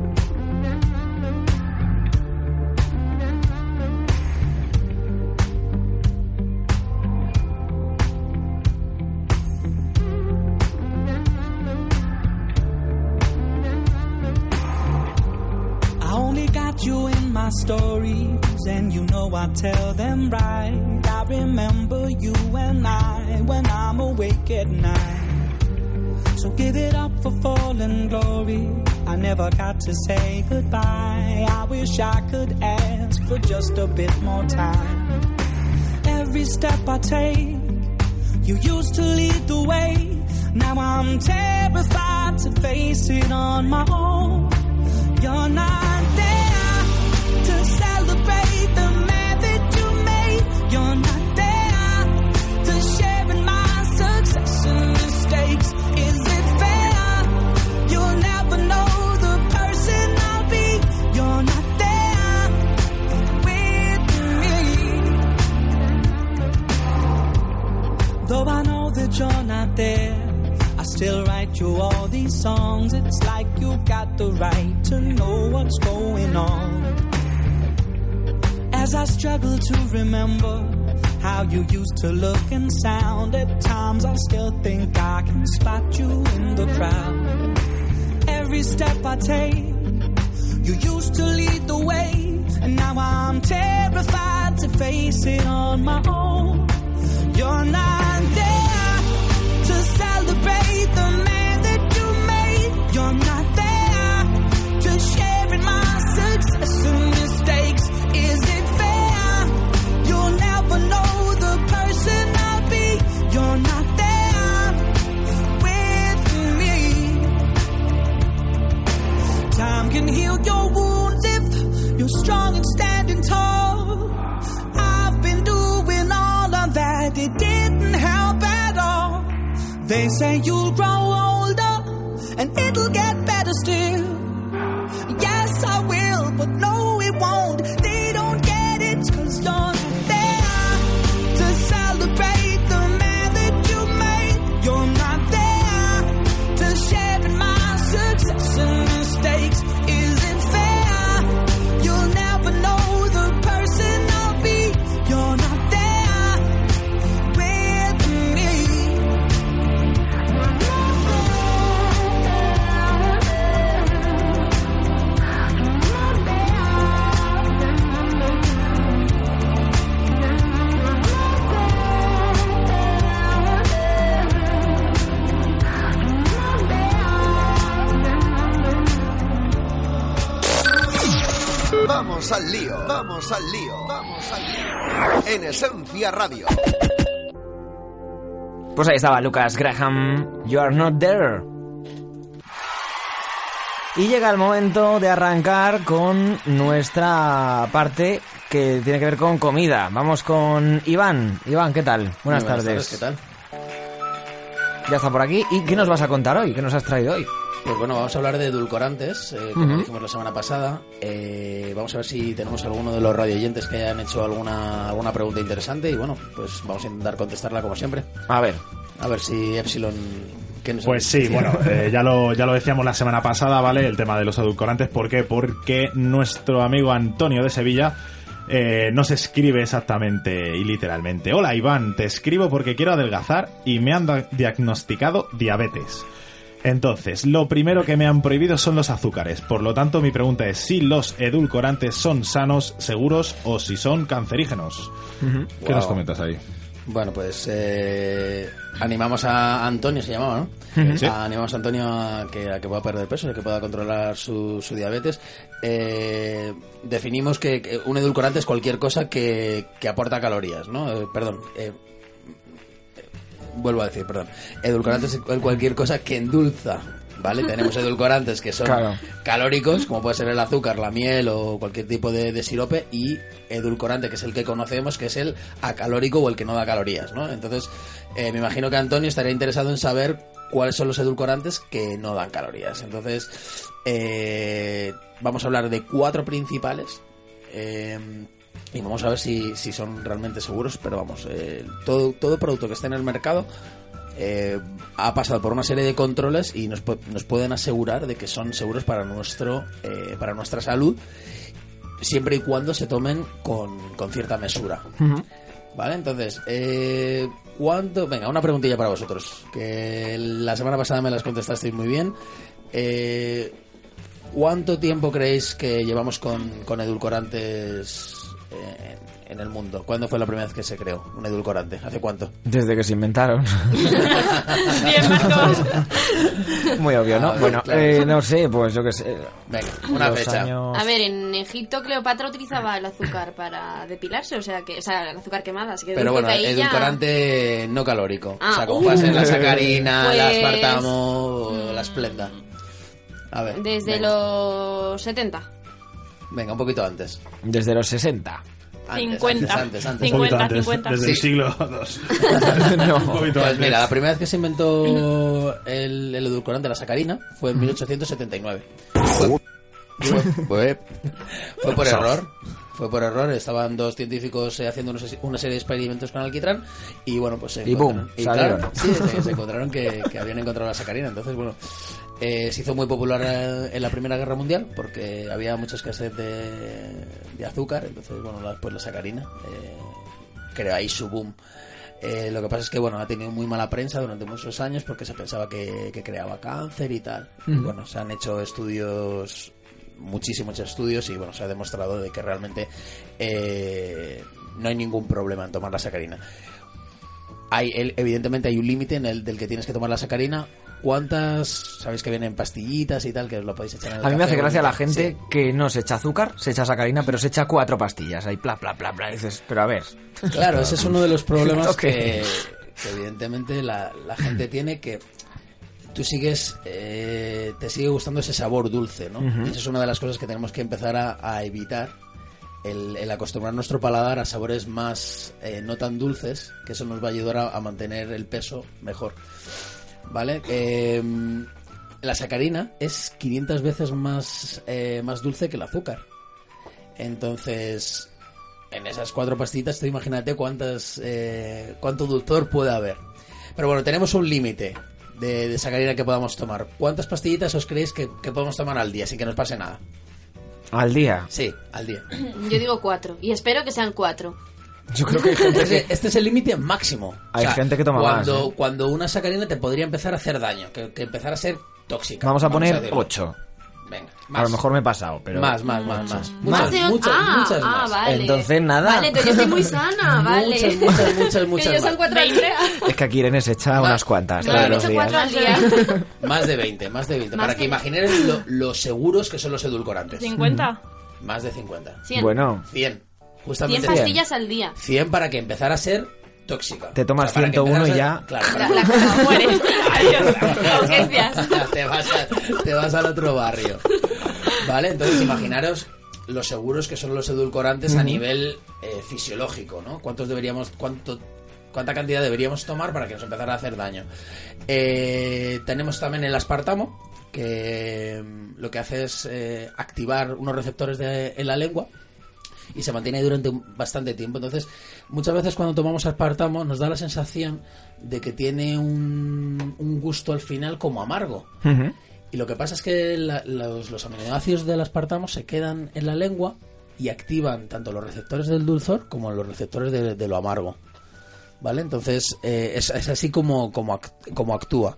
You in my stories, and you know I tell them right. I remember you and I when I'm awake at night. So give it up for fallen glory. I never got to say goodbye. I wish I could ask for just a bit more time. Every step I take, you used to lead the way. Now I'm terrified to face it on my own. You're not there to celebrate the man that you made. You're not there to share in my success and mistakes. Is it fair? You'll never know the person I'll be. You're not there with me. Though I know that you're not there, I still write you all these songs. It's like you got the right to know what's going on. As I struggle to remember how you used to look and sound. At times I still think I can spot you in the crowd. Every step I take, you used to lead the way, and now I'm terrified to face it on my own. You're not there to celebrate the man that you made. You're not there to share in my success and mistakes. Is it fair? You'll never know the person I'll be. You're not there with me. Time can heal your wounds if you're strong and standing tall. I've been doing all of that, it didn't help at all. They say you'll grow older and it'll get better still. Yes, I will, but no, it won't. They don't get it, 'cause you're not there to celebrate the man that you made. You're not there to share in my success and mistakes. Is it fair? You'll never know the person I'll be. You're not there with me. Vamos al lío, vamos al lío, vamos al lío. En Esencia Radio. Pues ahí estaba Lucas Graham, You Are Not There. Y llega el momento de arrancar con nuestra parte que tiene que ver con comida. Vamos con Iván. Iván, ¿qué tal? Buenas tardes. ¿Qué tal? Ya está por aquí. ¿Y qué nos vas a contar hoy? ¿Qué nos has traído hoy? Pues bueno, vamos a hablar de edulcorantes, como dijimos la semana pasada. Vamos a ver si tenemos alguno de los radioyentes que hayan hecho alguna pregunta interesante. Y bueno, pues vamos a intentar contestarla como siempre. A ver si Epsilon... Pues sí, bueno, ya lo decíamos la semana pasada, ¿vale? El tema de los edulcorantes. ¿Por qué? Porque nuestro amigo Antonio de Sevilla nos escribe exactamente y literalmente: hola Iván, te escribo porque quiero adelgazar y me han diagnosticado diabetes. Entonces, lo primero que me han prohibido son los azúcares. Por lo tanto, mi pregunta es si los edulcorantes son sanos, seguros o si son cancerígenos. ¿Qué nos comentas ahí? Bueno, pues animamos a Antonio, se llamaba, ¿no? Sí. Animamos a Antonio a que pueda perder peso, a que pueda controlar su diabetes. Definimos que un edulcorante es cualquier cosa que aporta calorías, ¿no? Vuelvo a decir, perdón. Edulcorantes es cualquier cosa que endulza, ¿vale? Tenemos edulcorantes que son calóricos, como puede ser el azúcar, la miel o cualquier tipo de sirope, y edulcorante, que es el que conocemos, que es el acalórico o el que no da calorías, ¿no? Entonces, me imagino que Antonio estaría interesado en saber cuáles son los edulcorantes que no dan calorías. Entonces, vamos a hablar de 4 principales. Y vamos a ver si son realmente seguros, pero vamos, todo producto que esté en el mercado ha pasado por una serie de controles y nos pueden asegurar de que son seguros para nuestra salud, siempre y cuando se tomen con cierta mesura. ¿Vale? Entonces, venga, una preguntilla para vosotros, que la semana pasada me las contestasteis muy bien. ¿Cuánto tiempo creéis que llevamos con edulcorantes en el mundo? ¿Cuándo fue la primera vez que se creó un edulcorante? ¿Hace cuánto? Desde que se inventaron. Bien, Marcos. Muy obvio, ¿no? Bueno, claro. No sé, pues yo qué sé. Venga, una fecha. A ver, en Egipto Cleopatra utilizaba el azúcar para depilarse, o sea, el azúcar quemado, así que... Pero bueno, edulcorante no calórico. O sea, como puede ser la sacarina, pues... la aspartamo o la Splenda. A ver. Desde los 70. Venga, un poquito antes. Desde los 60. 50. Antes. 50. Desde el siglo II. No. Un poquito Pues antes. mira, la primera vez que se inventó el edulcorante, la sacarina, fue en 1879. Fue por error. Fue por error, estaban dos científicos haciendo una serie de experimentos con alquitrán y bueno, pues se encontraron. Y claro, sí, se encontraron que habían encontrado la sacarina. Entonces, bueno, se hizo muy popular en la Primera Guerra Mundial porque había mucha escasez de azúcar. Entonces, bueno, pues la sacarina creó ahí su boom. Lo que pasa es que, bueno, ha tenido muy mala prensa durante muchos años porque se pensaba que creaba cáncer y tal. Y, bueno, se han hecho estudios, muchísimos estudios, y bueno, se ha demostrado de que realmente no hay ningún problema en tomar la sacarina. Evidentemente hay un límite en el del que tienes que tomar la sacarina. ¿Cuántas? Sabéis que vienen pastillitas y tal, que os lo podéis echar en el A mí me café, hace gracia la sí. gente que no se echa azúcar, se echa sacarina, pero se echa 4 pastillas. Ahí, bla, bla, bla, bla. Y dices, pero a ver. Claro, ese es uno de los problemas ¿Qué? que evidentemente la gente tiene, que tú sigues, te sigue gustando ese sabor dulce, ¿no? Ujú. Y esa es una de las cosas que tenemos que empezar a evitar, el acostumbrar nuestro paladar a sabores más no tan dulces, que eso nos va a ayudar a mantener el peso mejor, ¿vale? La sacarina es 500 veces más dulce que el azúcar. Entonces, en esas 4 pastillitas, tú imagínate cuánto dulzor puede haber. Pero bueno, tenemos un límite de sacarina que podamos tomar. ¿Cuántas pastillitas os creéis que podemos tomar al día sin que nos pase nada? ¿Al día? Sí, al día. Yo digo 4 y espero que sean 4. Yo creo que hay gente Este es el límite máximo. Hay gente que toma más, ¿eh? Cuando una sacarina te podría empezar a hacer daño, que empezar a ser tóxica. Vamos a poner decirlo. 8. Venga, A lo mejor me he pasado, pero... Más. Más Muchas, de muchas, muchas más. vale. Entonces, nada. Vale, entonces yo estoy muy sana, vale. Muchas Que yo son 4 al día. Es que aquí Irene se echa unas cuantas No, todos yo me los echo días. 4 al día. Más de 20. Más Para que de- imaginéis lo seguros que son los edulcorantes. 50. Más de 50. 100. Bueno, 100. 100 Justamente pastillas al día. 100 para que empezara a ser tóxica. te tomas para que 101 y empezara a ya... ser- Claro, para La cosa muere. Adiós. Urgencias. te vas al otro barrio. Vale, entonces imaginaros los seguros que son los edulcorantes a nivel fisiológico, ¿no? ¿Cuánta cantidad deberíamos tomar para que nos empezara a hacer daño? Tenemos también el aspartamo, que lo que hace es activar unos receptores en la lengua y se mantiene durante bastante tiempo. Entonces, muchas veces cuando tomamos aspartamo nos da la sensación de que tiene un gusto al final como amargo. Ujú. Y lo que pasa es que los aminoácidos del aspartamo se quedan en la lengua y activan tanto los receptores del dulzor como los receptores de lo amargo. ¿Vale? Entonces, es así como actúa.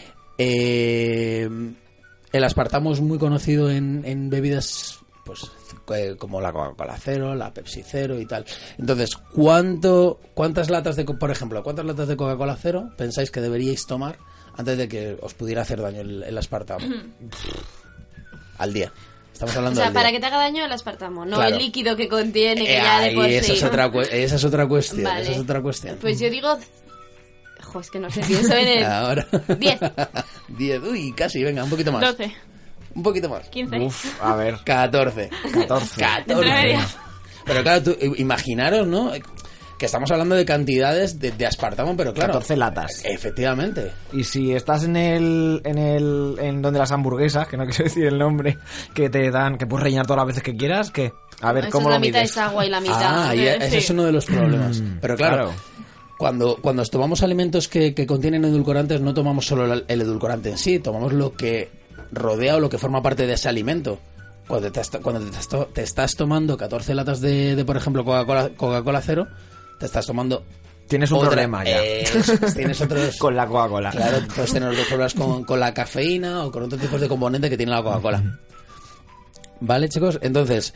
El aspartamo es muy conocido en bebidas pues como la Coca-Cola Cero, la Pepsi Cero y tal. Entonces, ¿cuántas latas de Coca-Cola Cero pensáis que deberíais tomar antes de que os pudiera hacer daño el aspartamo? Al día. Estamos O hablando sea, del día. para que te haga daño el aspartamo, no Claro. el líquido que contiene, que ya de por sí. Esa es otra cuestión. Vale. Esa es otra cuestión. Pues yo digo... Jo, es que no sé, pienso en el... Ahora. 10. 10. Uy, casi, venga, un poquito más. 12. Un poquito más. 15. Uf, a ver. 14. 14. Entre medio. Pero claro, imaginaros, ¿no? Que estamos hablando de cantidades de aspartamo, pero claro. 14 latas. Efectivamente. Y si estás en donde las hamburguesas, que no quiero decir el nombre, que te dan, que puedes rellenar todas las veces que quieras, que a ver Eso cómo es lo la mitad mides. es agua y la mitad... Ah, y ese es uno de los problemas. Pero claro, cuando tomamos alimentos que contienen edulcorantes, no tomamos solo el edulcorante en sí, tomamos lo que rodea o lo que forma parte de ese alimento. Cuando te estás tomando 14 latas de por ejemplo, Coca-Cola Cero, te estás tomando... Tienes un problema ya. Tienes otros... Con la Coca-Cola. Claro, puedes tener otros problemas con la cafeína o con otros tipos de componente que tiene la Coca-Cola. ¿Vale, chicos? Entonces,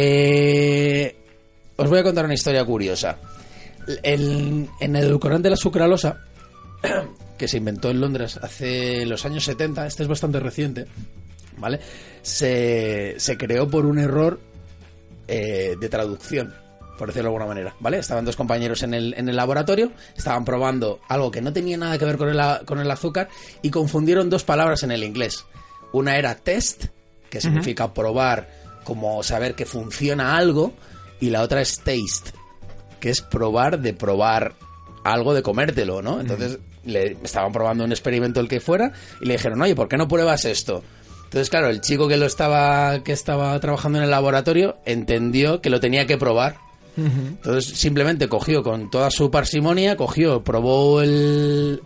os voy a contar una historia curiosa. En el edulcorante de la sucralosa, que se inventó en Londres hace los años 70, este es bastante reciente, ¿vale? Se creó por un error de traducción, por decirlo de alguna manera, ¿vale? Estaban dos compañeros en el laboratorio, estaban probando algo que no tenía nada que ver con el azúcar y confundieron dos palabras en el inglés. Una era test, que significa probar, como saber que funciona algo, y la otra es taste, que es probar de probar algo, de comértelo, ¿no? Entonces le estaban probando un experimento el que fuera y le dijeron, oye, ¿por qué no pruebas esto? Entonces, claro, el chico que estaba trabajando en el laboratorio entendió que lo tenía que probar. Entonces simplemente cogió con toda su parsimonia, probó el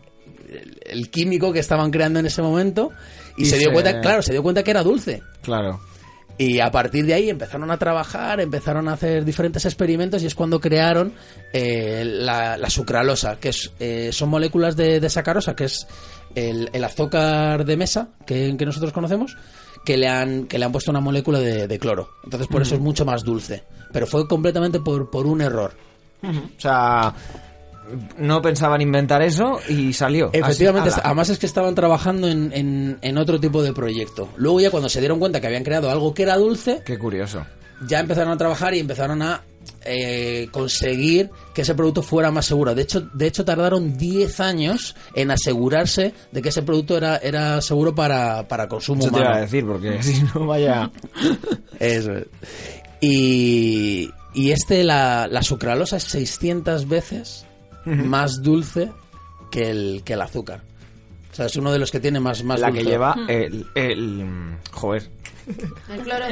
químico que estaban creando en ese momento y se dio cuenta que era dulce. Claro. Y a partir de ahí empezaron a trabajar, empezaron a hacer diferentes experimentos y es cuando crearon la sucralosa, que son moléculas de sacarosa, que es el azúcar de mesa que nosotros conocemos, que le han puesto una molécula de cloro. Entonces por eso es mucho más dulce. Pero fue completamente por un error. O sea, no pensaban inventar eso y salió. Efectivamente, Así, además es que estaban trabajando en otro tipo de proyecto. Luego ya cuando se dieron cuenta que habían creado algo que era dulce... Qué curioso. Ya empezaron a trabajar y empezaron a conseguir que ese producto fuera más seguro. De hecho tardaron 10 años en asegurarse de que ese producto era seguro para consumo Eso humano. te iba a decir, porque si no vaya... Eso es. Y la sucralosa es 600 veces más dulce que el azúcar. O sea, es uno de los que tiene más la dulce. que lleva joder. El cloro.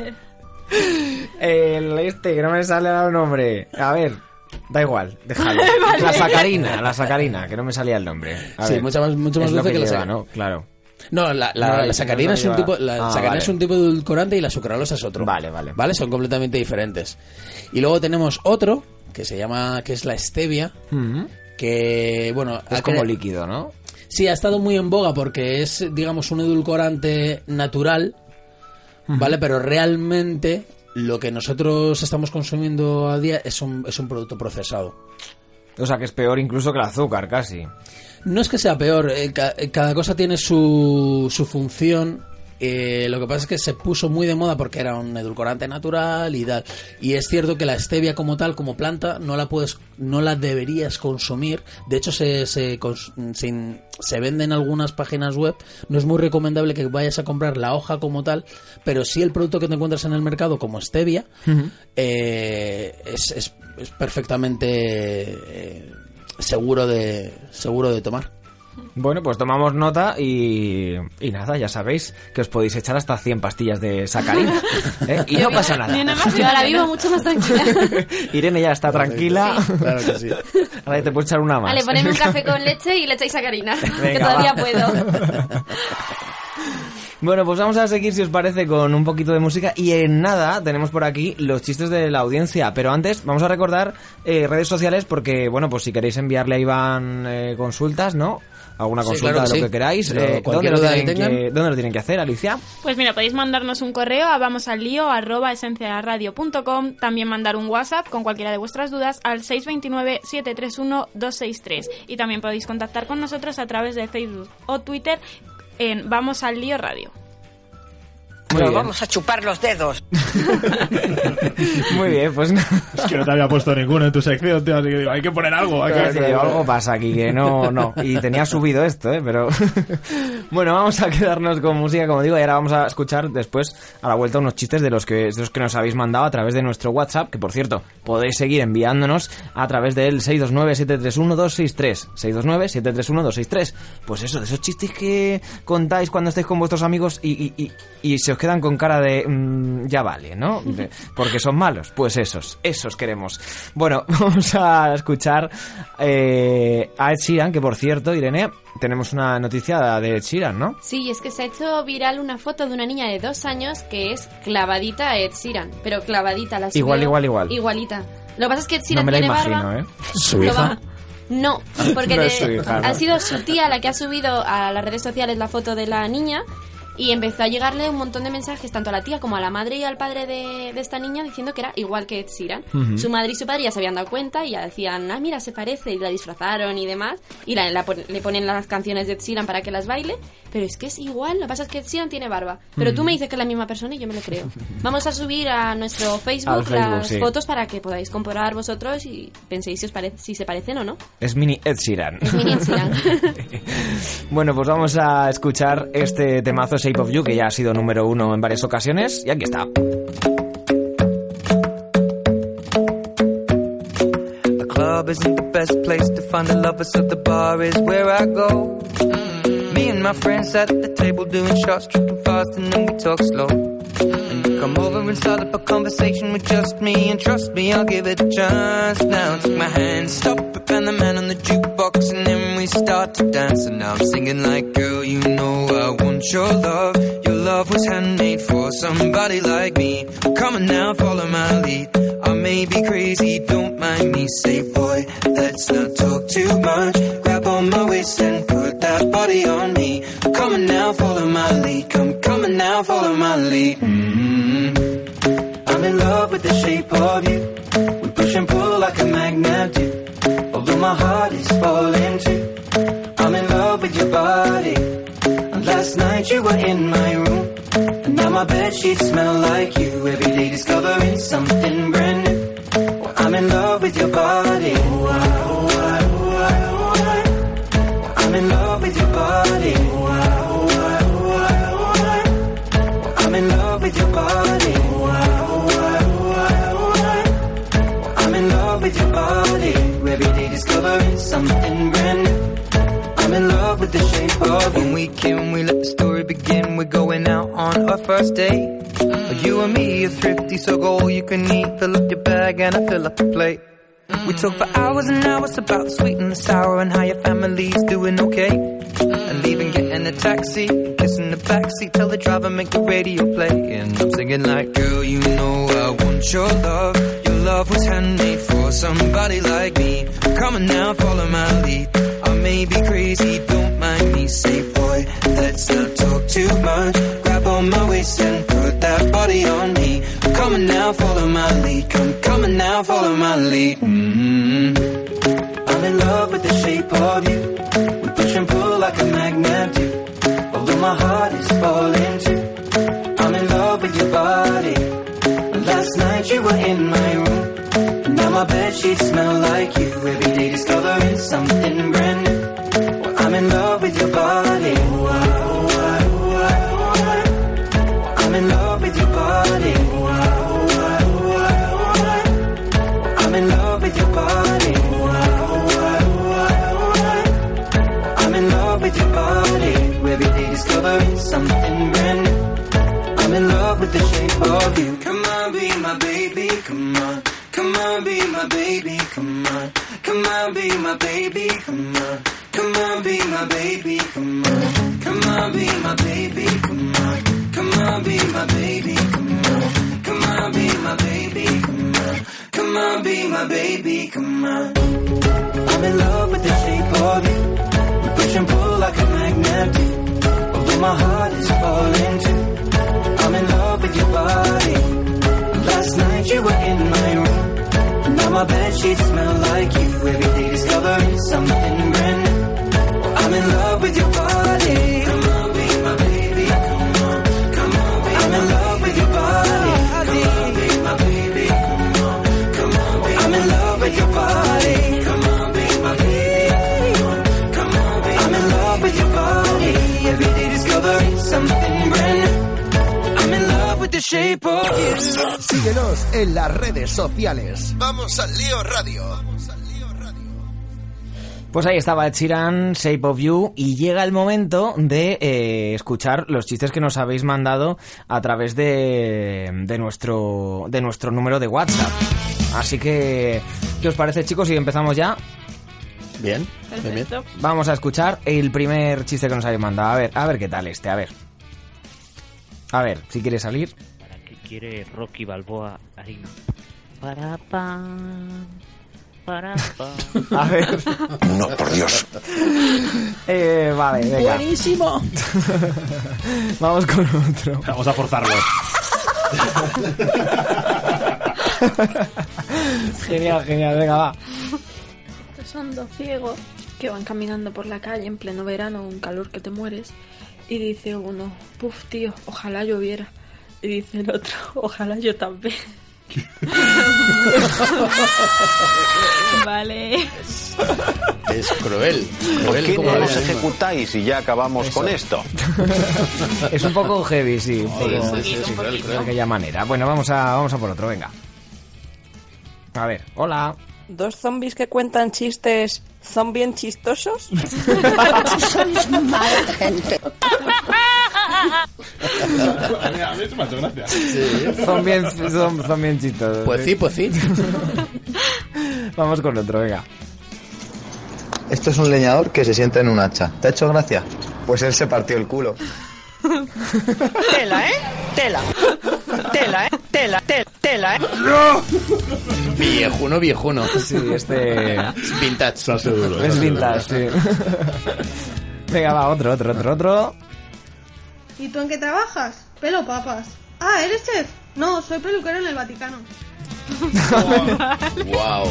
Que no me sale el nombre. A ver, da igual, déjalo. Vale. La sacarina, que no me salía el nombre. A Sí, ver, mucho más es dulce lo que la lleva, sacarina. ¿no? Claro. No, la sacarina no es un lleva- tipo, sacarina vale. es un tipo de edulcorante y la sucralosa es otro. Vale. ¿Vale? Son completamente diferentes. Y luego tenemos otro que es la stevia, que bueno, Es como líquido, ¿no? Sí, ha estado muy en boga porque es, digamos, un edulcorante natural, ¿vale? Pero realmente lo que nosotros estamos consumiendo a día es un producto procesado. O sea, que es peor incluso que el azúcar, casi. No es que sea peor, cada cosa tiene su función. Lo que pasa es que se puso muy de moda porque era un edulcorante natural y tal. Y es cierto que la stevia como tal, como planta, no la deberías consumir. De hecho, se vende en algunas páginas web. No es muy recomendable que vayas a comprar la hoja como tal, pero sí el producto que te encuentras en el mercado como stevia es perfectamente seguro de tomar. Bueno, pues tomamos nota y nada, ya sabéis que os podéis echar hasta 100 pastillas de sacarina, ¿eh? Y no pasa nada. Yo ahora vivo mucho más tranquila. Irene ya está tranquila. Sí. Claro que sí. Ahora te puedes echar una más. Vale, ponedme un café con leche y le echáis sacarina. Que Venga, todavía va. puedo. Bueno, pues vamos a seguir, si os parece, con un poquito de música. Y en nada, tenemos por aquí los chistes de la audiencia. Pero antes, vamos a recordar redes sociales porque, bueno, pues si queréis enviarle a Iván consultas, ¿no? Alguna Sí, consulta claro que de lo sí. que queráis. Pero ¿Dónde cualquier lo duda que tienen tengan. ¿Dónde lo tienen que hacer, Alicia? Pues mira, podéis mandarnos un correo a vamosalio@esenciaradio.com, también mandar un WhatsApp con cualquiera de vuestras dudas al 629-731-263 y también podéis contactar con nosotros a través de Facebook o Twitter en Vamos al Lío Radio. Muy bien. Vamos a chupar los dedos. Muy bien, pues Es que no te había puesto ninguno en tu sección, tío, así que digo, hay que poner algo. algo pasa aquí, que no. Y tenía subido esto, pero... Bueno, vamos a quedarnos con música, como digo, y ahora vamos a escuchar después, a la vuelta, unos chistes de los que nos habéis mandado a través de nuestro WhatsApp, que por cierto, podéis seguir enviándonos a través del 629-731-263. 629-731-263. Pues eso, de esos chistes que contáis cuando estáis con vuestros amigos y se os quedan con cara de ya vale, ¿no? Porque son malos. Pues esos queremos. Bueno, vamos a escuchar a Ed Sheeran, que por cierto, Irene, tenemos una noticia de Ed Sheeran, ¿no? Sí, es que se ha hecho viral una foto de una niña de 2 años que es clavadita a Ed Sheeran. Pero clavadita, la subió. Igual. Igualita. Lo que pasa es que Ed No Sheeran me la tiene imagino, barba. ¿eh? ¿Su Lo hija? va- No, porque No es su hija, ¿no? ha sido su tía la que ha subido a las redes sociales la foto de la niña y empezó a llegarle un montón de mensajes tanto a la tía como a la madre y al padre de esta niña diciendo que era igual que Ed Sheeran. Ujú. Su madre y su padre ya se habían dado cuenta y ya decían, mira, se parece, y la disfrazaron y demás, y le ponen las canciones de Ed Sheeran para que las baile, pero es que es igual, lo que pasa es que Ed Sheeran tiene barba, pero tú me dices que es la misma persona y yo me lo creo. Vamos a subir a nuestro Facebook, Al Facebook, las sí. fotos para que podáis comprobar vosotros y penséis si se parecen o no. Es mini Ed Sheeran. Es mini Ed Sheeran. Bueno, pues vamos a escuchar este temazo Shape of You, que ya ha sido número 1 en varias ocasiones, y aquí está. The club isn't the best place to find a lover, so the bar is where I go. Me and my friends at the table doing shots, tripping fast, and then we talk slow. And you come over and start up a conversation with just me, and trust me, I'll give it a chance. Now take my hand, stop it, and the man on the jukebox, and then we start to dance. And now I'm singing like, girl, you know I want your love. Your love was handmade for somebody like me. Come on now, follow my lead. I may be crazy, don't mind me. Say, boy, let's not talk too much. Grab on my waist and put that body on me. Come on now, follow my lead. Come on now, follow my lead. I'm in love with the shape of you. We push and pull like a magnet do. Although my heart is falling too. I'm in love with your body. And last night you were in my room. And now my bedsheets smell like you. Every day discovering something brand new. Well, I'm in love with your body. I'm in love with your body. I'm in love with your body. I'm in love with your body. Every day discovering something brand new. I'm in love with the shape of when we came, we let the story begin. We're going out on our first date. You and me are thrifty, so go all you can eat. Fill up your bag and I fill up the plate. We talk for hours and hours about the sweet and the sour and how your family's doing okay. And leaving, getting a taxi, kissing the backseat, tell the driver make the radio play. And I'm singing like, girl, you know I want your love. Your love was handmade for somebody like me. Come on now, follow my lead. I may be crazy, don't mind me. Say, boy, let's not talk too much. Grab on my waist and put that body on me. Come on now, follow my lead. Come on now, follow my lead. I'm in love with the shape of you. We push and pull like a magnet do. Although my heart is falling too. I'm in love with your body. Last night you were in my room. And now my bedsheets smell like you. Every day discovering something brand new. Well, I'm in love with your body. I'm in love with your body. I'm in love with your body. I'm in love with your body. Every day discovering something brand new. I'm in love with the shape of you. Come on, be my baby, come on. Come on, be my baby, come on. Come on, be my baby, come on. Come on, be my baby, come on. Come on, be my baby, come on. Come on, be my baby, come on. Come on, be my baby, come on. Come on, be my baby, come on. I'm in love with the shape of you. We push and pull like a magnet do. Although my heart is falling too. I'm in love with your body. Last night you were in my room. Now my bedsheets smell like you. Every day discovering something brand new. I'm in love with your body. Come on, be my baby. Come on, come on, be I'm in love with your body. Come on, be my baby. Come on, come on, be I'm in love with your body. Come on, be my baby. Come on, be I'm in love with your body. Every day discovering something brand new. I'm in love with the shape of you. Síguenos en las redes sociales. Vamos al Lío Radio. Pues ahí estaba Ed Sheeran, Shape of You, y llega el momento de escuchar los chistes que nos habéis mandado a través de nuestro número de WhatsApp. Así que, ¿qué os parece, chicos? Si empezamos ya. Bien, perfecto. Bien. Vamos a escuchar el primer chiste que nos habéis mandado. A ver qué tal a ver. A ver, si quiere salir. ¿Para qué quiere Rocky Balboa harina? Para pan. Para pan. A ver. No, por Dios. Vale, venga. Buenísimo. Vamos con otro. Vamos a forzarlo. Genial, venga, va. Estos son dos ciegos que van caminando por la calle en pleno verano, un calor que te mueres. Y dice uno, puf, tío, ojalá lloviera. Y dice el otro, ojalá yo también. Vale. Es cruel. ¿Por qué como no la nos vida misma. ejecutáis y ya acabamos con esto? Es un poco heavy, sí. Un poco, sí, cruel. de aquella manera. Bueno, vamos a por otro, venga. A ver, hola. Dos zombies que cuentan chistes son bien chistosos. Sois mala gente. A mí eso me ha hecho gracia. Son bien chistosos. Pues sí. Vamos con otro, venga. Esto es un leñador que se sienta en un hacha. ¿Te ha hecho gracia? Pues él se partió el culo. Tela, ¿eh? Tela. Tela, ¿eh? Tela, ¿eh? Viejuno. Sí, este... Es vintage. Es vintage, sí. Venga, va, otro. ¿Y tú en qué trabajas? Pelo papas. Ah, ¿eres chef? No, soy peluquero en el Vaticano. Wow.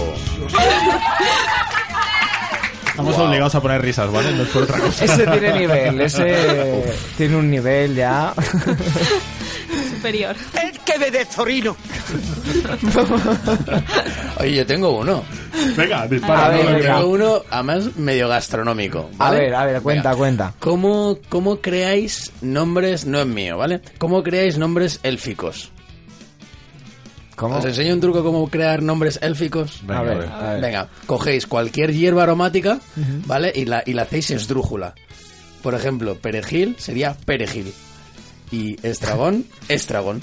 Estamos obligados a poner risas, ¿vale? No es por otra cosa. Ese tiene nivel, tiene un nivel ya... superior. El que ve de Zorino. Oye, yo tengo uno. Venga, dispara. Tengo uno, además, medio gastronómico, ¿vale? A ver, cuenta. ¿Cómo creáis nombres? No es mío, ¿vale? ¿Cómo creáis nombres élficos? ¿Cómo? Os enseño un truco cómo crear nombres élficos. Venga, a ver. Venga, cogéis cualquier hierba aromática, ¿vale? Y la hacéis esdrújula. Por ejemplo, perejil sería perejil. Y estragón. Pero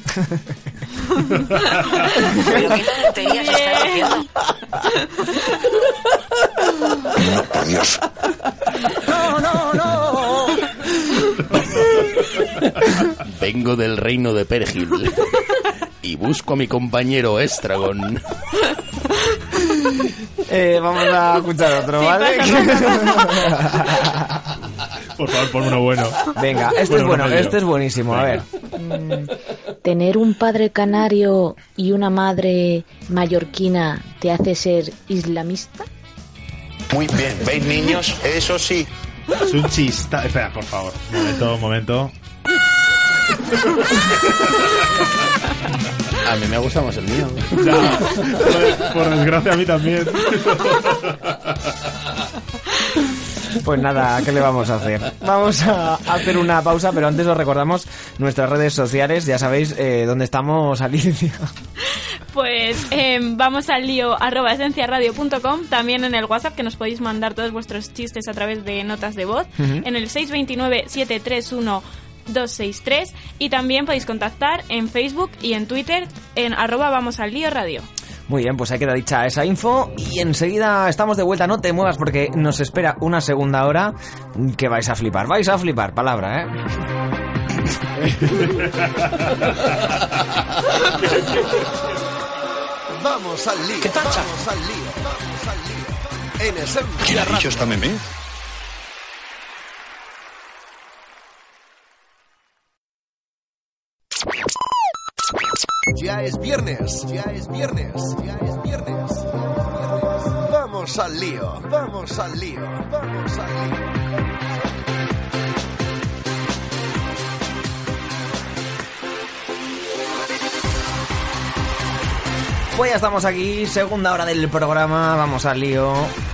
qué tonterías estás diciendo. Por Dios. No. Vengo del reino de Perejil y busco a mi compañero Estragon. Vamos a escuchar otro, ¿vale? Por favor, pon uno bueno. Venga, este es buenísimo, a ver. ¿Tener un padre canario y una madre mallorquina te hace ser islamista? Muy bien, ¿veis, niños? Eso sí. Es un chista. Espera, por favor. Un momento. A mí me gusta más el mío. Ya, por desgracia a mí también. Pues nada, ¿qué le vamos a hacer? Vamos a hacer una pausa, pero antes os recordamos nuestras redes sociales. Ya sabéis dónde estamos, Alicia. Pues vamos al lío @esenciaradio.com, también en el WhatsApp, que nos podéis mandar todos vuestros chistes a través de notas de voz, en el 629-731-263, y también podéis contactar en Facebook y en Twitter en @vamosalío_radio. Muy bien, pues ahí queda dicha esa info y enseguida estamos de vuelta. No te muevas porque nos espera una segunda hora que vais a flipar. Palabra, ¿eh? Vamos al lío. ¿Qué tacha? Vamos al lío. En Esencia ¿Quién ha Radio. dicho esta meme? Ya es viernes. Vamos al lío. Pues ya estamos aquí, segunda hora del programa, vamos al lío.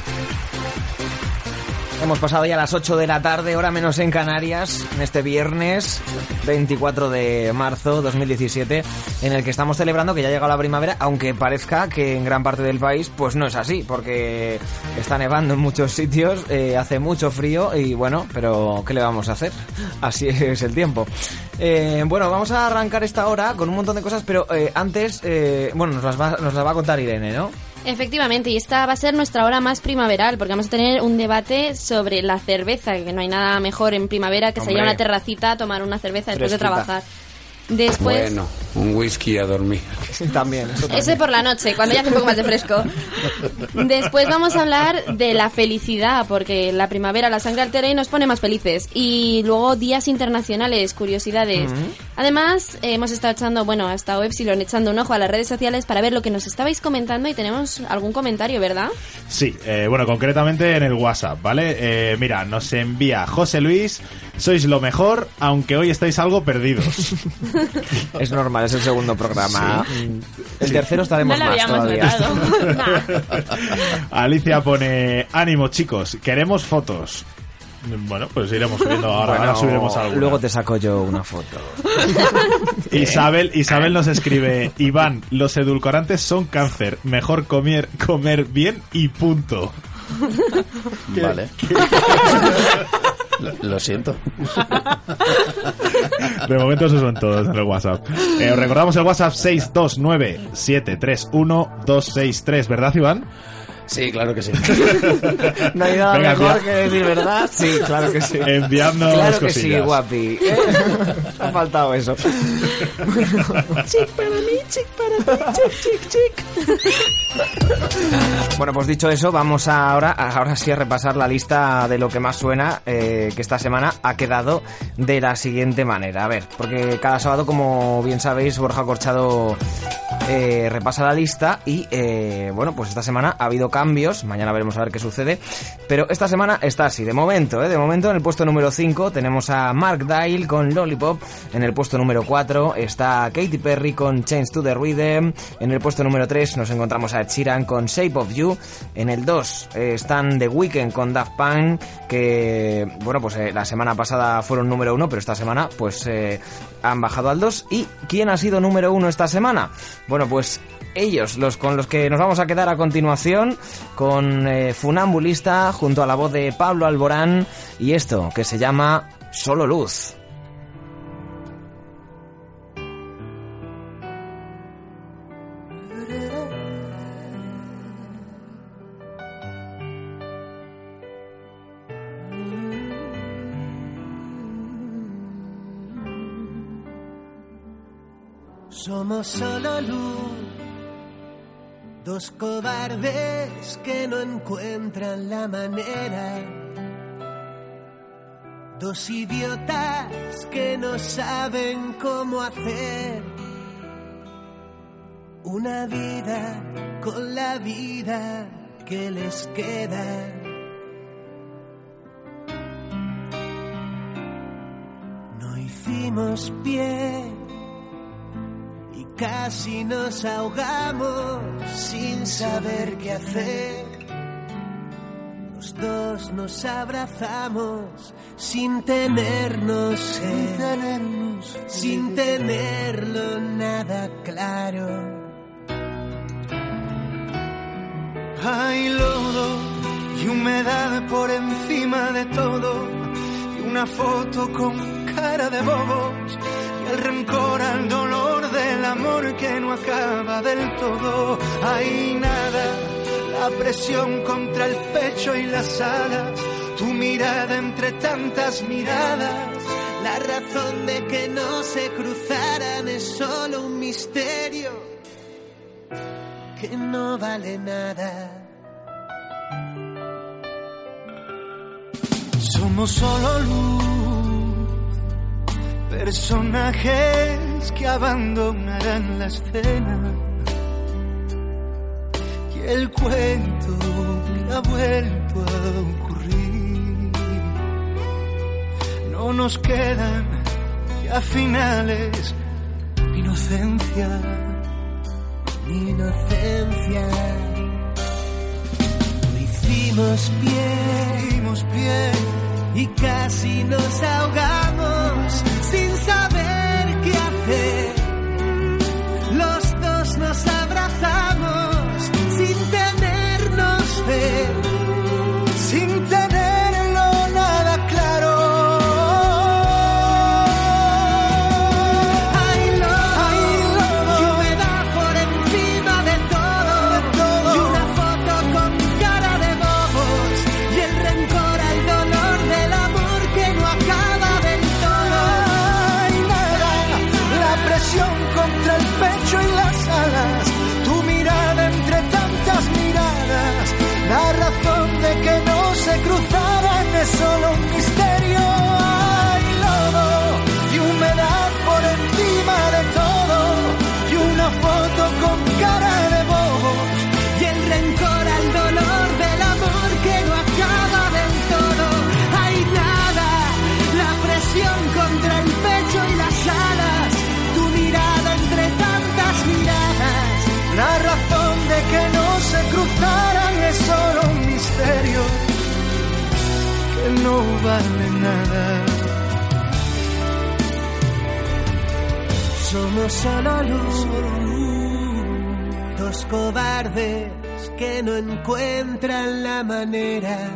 Hemos pasado ya las 8 de la tarde, hora menos en Canarias, en este viernes 24 de marzo 2017, en el que estamos celebrando que ya ha llegado la primavera, aunque parezca que en gran parte del país pues no es así, porque está nevando en muchos sitios, hace mucho frío y bueno, pero ¿qué le vamos a hacer? Así es el tiempo. Bueno, vamos a arrancar esta hora con un montón de cosas, pero antes, bueno, nos las va a contar Irene, ¿no? Efectivamente, y esta va a ser nuestra hora más primaveral, porque vamos a tener un debate sobre la cerveza, que no hay nada mejor en primavera que salir a una terracita a tomar una cerveza después de trabajar. Después... Bueno, un whisky a dormir. También, eso también. Ese por la noche, cuando ya hace un poco más de fresco. Después vamos a hablar de la felicidad, porque la primavera la sangre altera y nos pone más felices. Y luego días internacionales, curiosidades. Además, hemos estado ha estado Epsilon echando un ojo a las redes sociales para ver lo que nos estabais comentando y tenemos algún comentario, ¿verdad? Sí, bueno, concretamente en el WhatsApp, ¿vale? Mira, nos envía José Luis: sois lo mejor, aunque hoy estáis algo perdidos. Es normal, es el segundo programa. Sí. El tercero estaremos no más todavía. Alicia pone: ánimo chicos, queremos fotos. Bueno, pues iremos subiendo ahora subiremos alguna. Luego te saco yo una foto. Isabel nos escribe: Iván, los edulcorantes son cáncer, mejor comer bien y punto. Vale. Lo siento. De momento esos son todos en el WhatsApp. Os recordamos el WhatsApp 629-731-263, ¿verdad, Iván? Sí, claro que sí. No hay nada Venga, mejor envía- que decir verdad. Sí, claro que sí. Enviadnos Claro que cosillas. sí, guapi. Ha faltado eso. Chic para mí, chic para ti, chic, chic, chic. Bueno, pues dicho eso, vamos ahora sí a repasar la lista de lo que más suena, que esta semana ha quedado de la siguiente manera. A ver, porque cada sábado, como bien sabéis, Borja Corchado repasa la lista y, bueno, pues esta semana ha habido cambios, mañana veremos a ver qué sucede, pero esta semana está así, de momento en el puesto número 5 tenemos a Mark Dyle con Lollipop, en el puesto número 4 está Katy Perry con Change to the Rhythm, en el puesto número 3 nos encontramos a Ed Sheeran con Shape of You, en el 2 están The Weeknd con Daft Punk, que, bueno, pues la semana pasada fueron número 1, pero esta semana pues han bajado al 2. ¿Y quién ha sido número 1 esta semana? Bueno, pues ellos, con los que nos vamos a quedar a continuación, con Funambulista junto a la voz de Pablo Alborán y esto que se llama Solo Luz. Somos solo luz, dos cobardes que no encuentran la manera, dos idiotas que no saben cómo hacer una vida con la vida que les queda. No hicimos pie, casi nos ahogamos sin saber qué hacer. Los dos nos abrazamos sin tenernos sed, sin tenerlo nada claro. Hay lodo y humedad por encima de todo, y una foto con cara de bobos, y el rencor al dolor del amor que no acaba del todo. Hay nada, la presión contra el pecho y las alas, tu mirada entre tantas miradas. La razón de que no se cruzaran es solo un misterio que no vale nada. Somos solo luz, personajes que abandonarán la escena, y el cuento que ha vuelto a ocurrir. No nos quedan ya finales, ni inocencia, ni inocencia. No hicimos pie y casi nos ahogamos sin saber qué hacer. Los dos nos abrazamos sin tenernos fe, sin tenerlo nada claro. Hay lodo y humedad por encima de todo, y una foto con cara de bobos, y el rencor al dolor del amor que no acaba del todo. Hay nada, la presión contra el pecho y las alas, tu mirada entre tantas miradas. La razón de que no se cruzaran es solo un misterio. Hay lodo y humedad por encima de todo, y una foto con cara de bobos, Y el rencor al dolor del amor que no acaba del todo. Hay nada, la presión contra el pecho y las alas, tu mirada entre tantas miradas. la razón de que no se cruzaran es solo un misterio que no vale nada. Somos solo luz, dos cobardes que no encuentran la manera,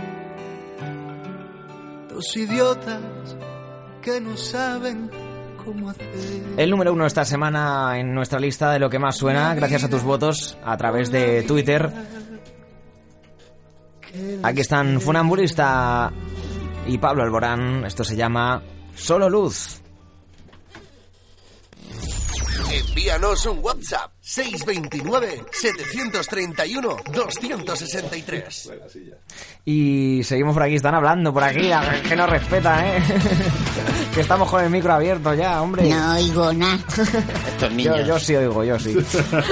Dos idiotas que no saben cómo hacer. El número 1 esta semana en nuestra lista de lo que más suena, gracias a tus votos a través de Twitter. Aquí están Funambulista y Pablo Alborán. Esto se llama Solo Luz. Envíanos un WhatsApp 629-731-263. Y seguimos por aquí, están hablando por aquí, que nos respeta, que estamos con el micro abierto ya, hombre. No oigo nada. Estos niños. Yo sí oigo, yo sí.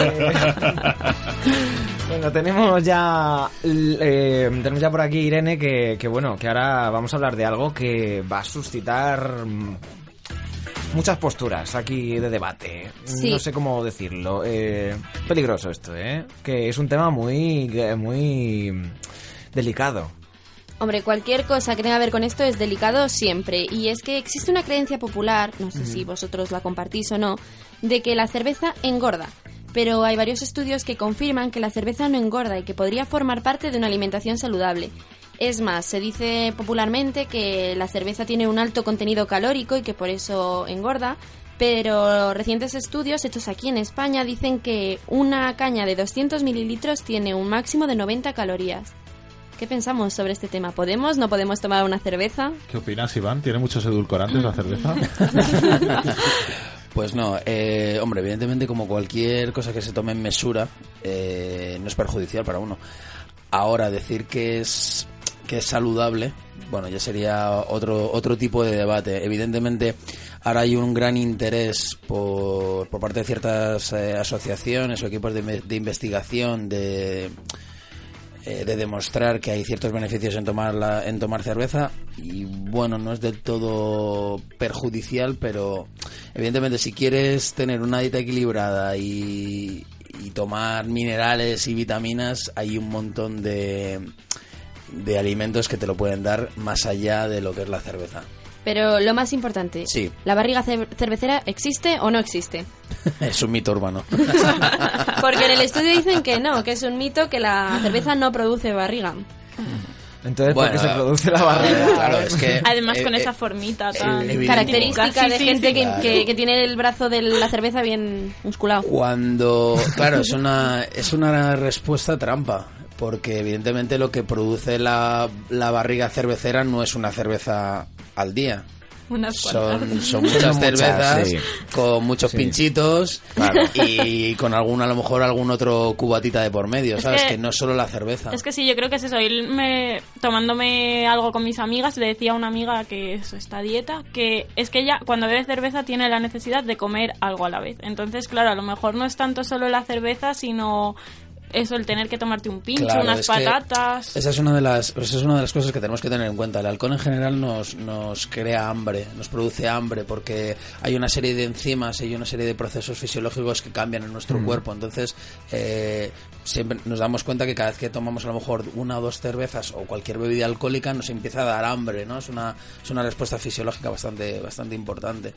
Bueno, tenemos ya por aquí Irene que bueno, que ahora vamos a hablar de algo que va a suscitar muchas posturas aquí de debate. Sí. No sé cómo decirlo. Peligroso esto, que es un tema muy delicado. Hombre, cualquier cosa que tenga que ver con esto es delicado siempre. Y es que existe una creencia popular, no sé si vosotros la compartís o no, de que la cerveza engorda. Pero hay varios estudios que confirman que la cerveza no engorda y que podría formar parte de una alimentación saludable. Es más, se dice popularmente que la cerveza tiene un alto contenido calórico y que por eso engorda, pero recientes estudios hechos aquí en España dicen que una caña de 200 mililitros tiene un máximo de 90 calorías. ¿Qué pensamos sobre este tema? ¿Podemos, no podemos tomar una cerveza? ¿Qué opinas, Iván? ¿Tiene muchos edulcorantes la cerveza? Pues no, hombre, evidentemente como cualquier cosa que se tome en mesura, no es perjudicial para uno. Ahora, decir que es saludable, bueno, ya sería otro tipo de debate. Evidentemente, ahora hay un gran interés por parte de ciertas asociaciones o equipos de investigación de demostrar que hay ciertos beneficios en tomar cerveza, y bueno, no es del todo perjudicial, pero evidentemente si quieres tener una dieta equilibrada y tomar minerales y vitaminas, hay un montón de alimentos que te lo pueden dar más allá de lo que es la cerveza. Pero lo más importante, sí. ¿La barriga cervecera existe o no existe? Es un mito urbano. Porque en el estudio dicen que no, que es un mito, que la cerveza no produce barriga. Entonces, ¿por qué se produce la barriga? Claro, es que además con esa formita tan característica de gente que tiene el brazo de la cerveza bien musculado. Claro, es una respuesta trampa, porque evidentemente lo que produce la barriga cervecera no es una cerveza al día. Son muchas cervezas, sí, con muchos pinchitos, claro, y con a lo mejor algún otro cubatita de por medio, ¿sabes? Que no es solo la cerveza. Es que sí, yo creo que es eso. Tomándome algo con mis amigas, le decía a una amiga que es esta dieta, que es que ella cuando bebe cerveza tiene la necesidad de comer algo a la vez. Entonces, claro, a lo mejor no es tanto solo la cerveza, sino eso, el tener que tomarte un pincho, claro, unas patatas. Esa es una de las cosas que tenemos que tener en cuenta. El alcohol en general nos crea hambre, nos produce hambre, porque hay una serie de enzimas y una serie de procesos fisiológicos que cambian en nuestro cuerpo. Entonces, siempre nos damos cuenta que cada vez que tomamos a lo mejor una o dos cervezas o cualquier bebida alcohólica nos empieza a dar hambre, ¿no? Es una respuesta fisiológica bastante importante.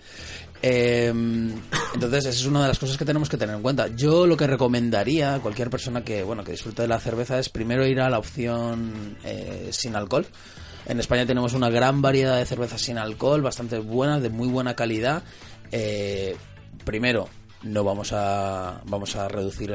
Entonces, esa es una de las cosas que tenemos que tener en cuenta. Yo lo que recomendaría a cualquier persona que disfrute de la cerveza es primero ir a la opción sin alcohol. En España tenemos una gran variedad de cervezas sin alcohol, bastante buenas, de muy buena calidad. Primero, no vamos a reducir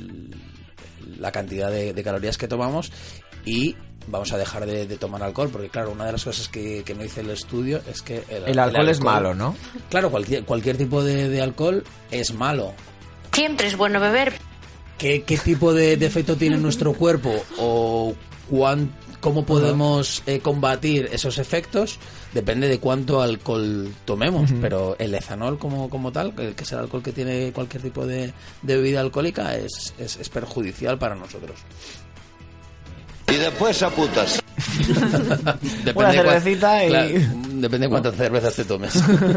la cantidad de calorías que tomamos, y vamos a dejar de tomar alcohol, porque claro, una de las cosas que no dice el estudio es que el alcohol es malo, ¿no? Claro, cualquier tipo de alcohol es malo. Siempre es bueno beber. ¿Qué tipo de efecto tiene nuestro cuerpo o cómo podemos combatir esos efectos? Depende de cuánto alcohol tomemos, pero el etanol como tal, que es el alcohol que tiene cualquier tipo de bebida alcohólica, es perjudicial para nosotros. Y después a putas. Una cervecita y... Claro, depende de cuántas cervezas te tomes.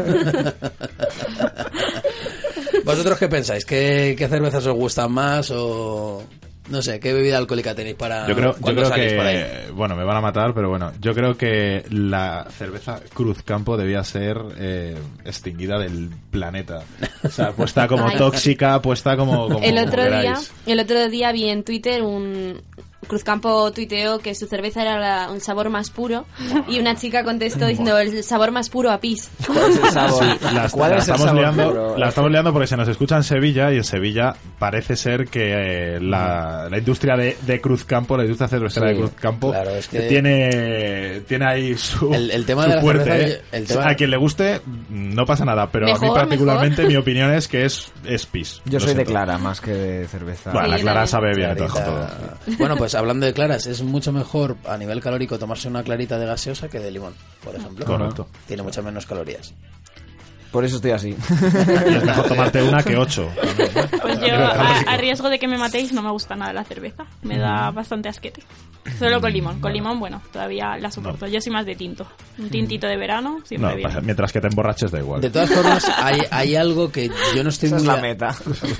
¿Vosotros qué pensáis? ¿Qué cervezas os gustan más? O no sé, ¿qué bebida alcohólica tenéis para yo creo que por ahí? Bueno, me van a matar, pero bueno, yo creo que la cerveza Cruzcampo debía ser extinguida del planeta. O sea, puesta como tóxica, puesta como el otro día vi en Twitter Cruzcampo tuiteó que su cerveza era un sabor más puro, y una chica contestó diciendo el sabor más puro a pis. ¿Cuál es el sabor? La estamos liando porque se nos escucha en Sevilla, y en Sevilla parece ser que la industria de Cruzcampo, la industria cervecera de Cruzcampo, claro, es que tiene ahí su, el tema su de la fuerte. cerveza, el tema... A quien le guste, no pasa nada, pero mejor, a mí particularmente mi opinión es que es pis. Yo soy de clara más que de cerveza. Bueno, la clara sabe bien todo. Bueno, pues hablando de claras, es mucho mejor a nivel calórico tomarse una clarita de gaseosa que de limón, por ejemplo. Correcto. Tiene muchas menos calorías. Por eso estoy así. Y es mejor tomarte una que 8. Pues yo, a riesgo de que me matéis, no me gusta nada la cerveza. Me da bastante asquete. Solo con limón. Con limón, bueno, todavía la soporto. Yo soy más de tinto. Un tintito de verano, siempre bien. Mientras que te emborraches da igual. De todas formas, hay algo que yo no estoy Esa muy... es la meta.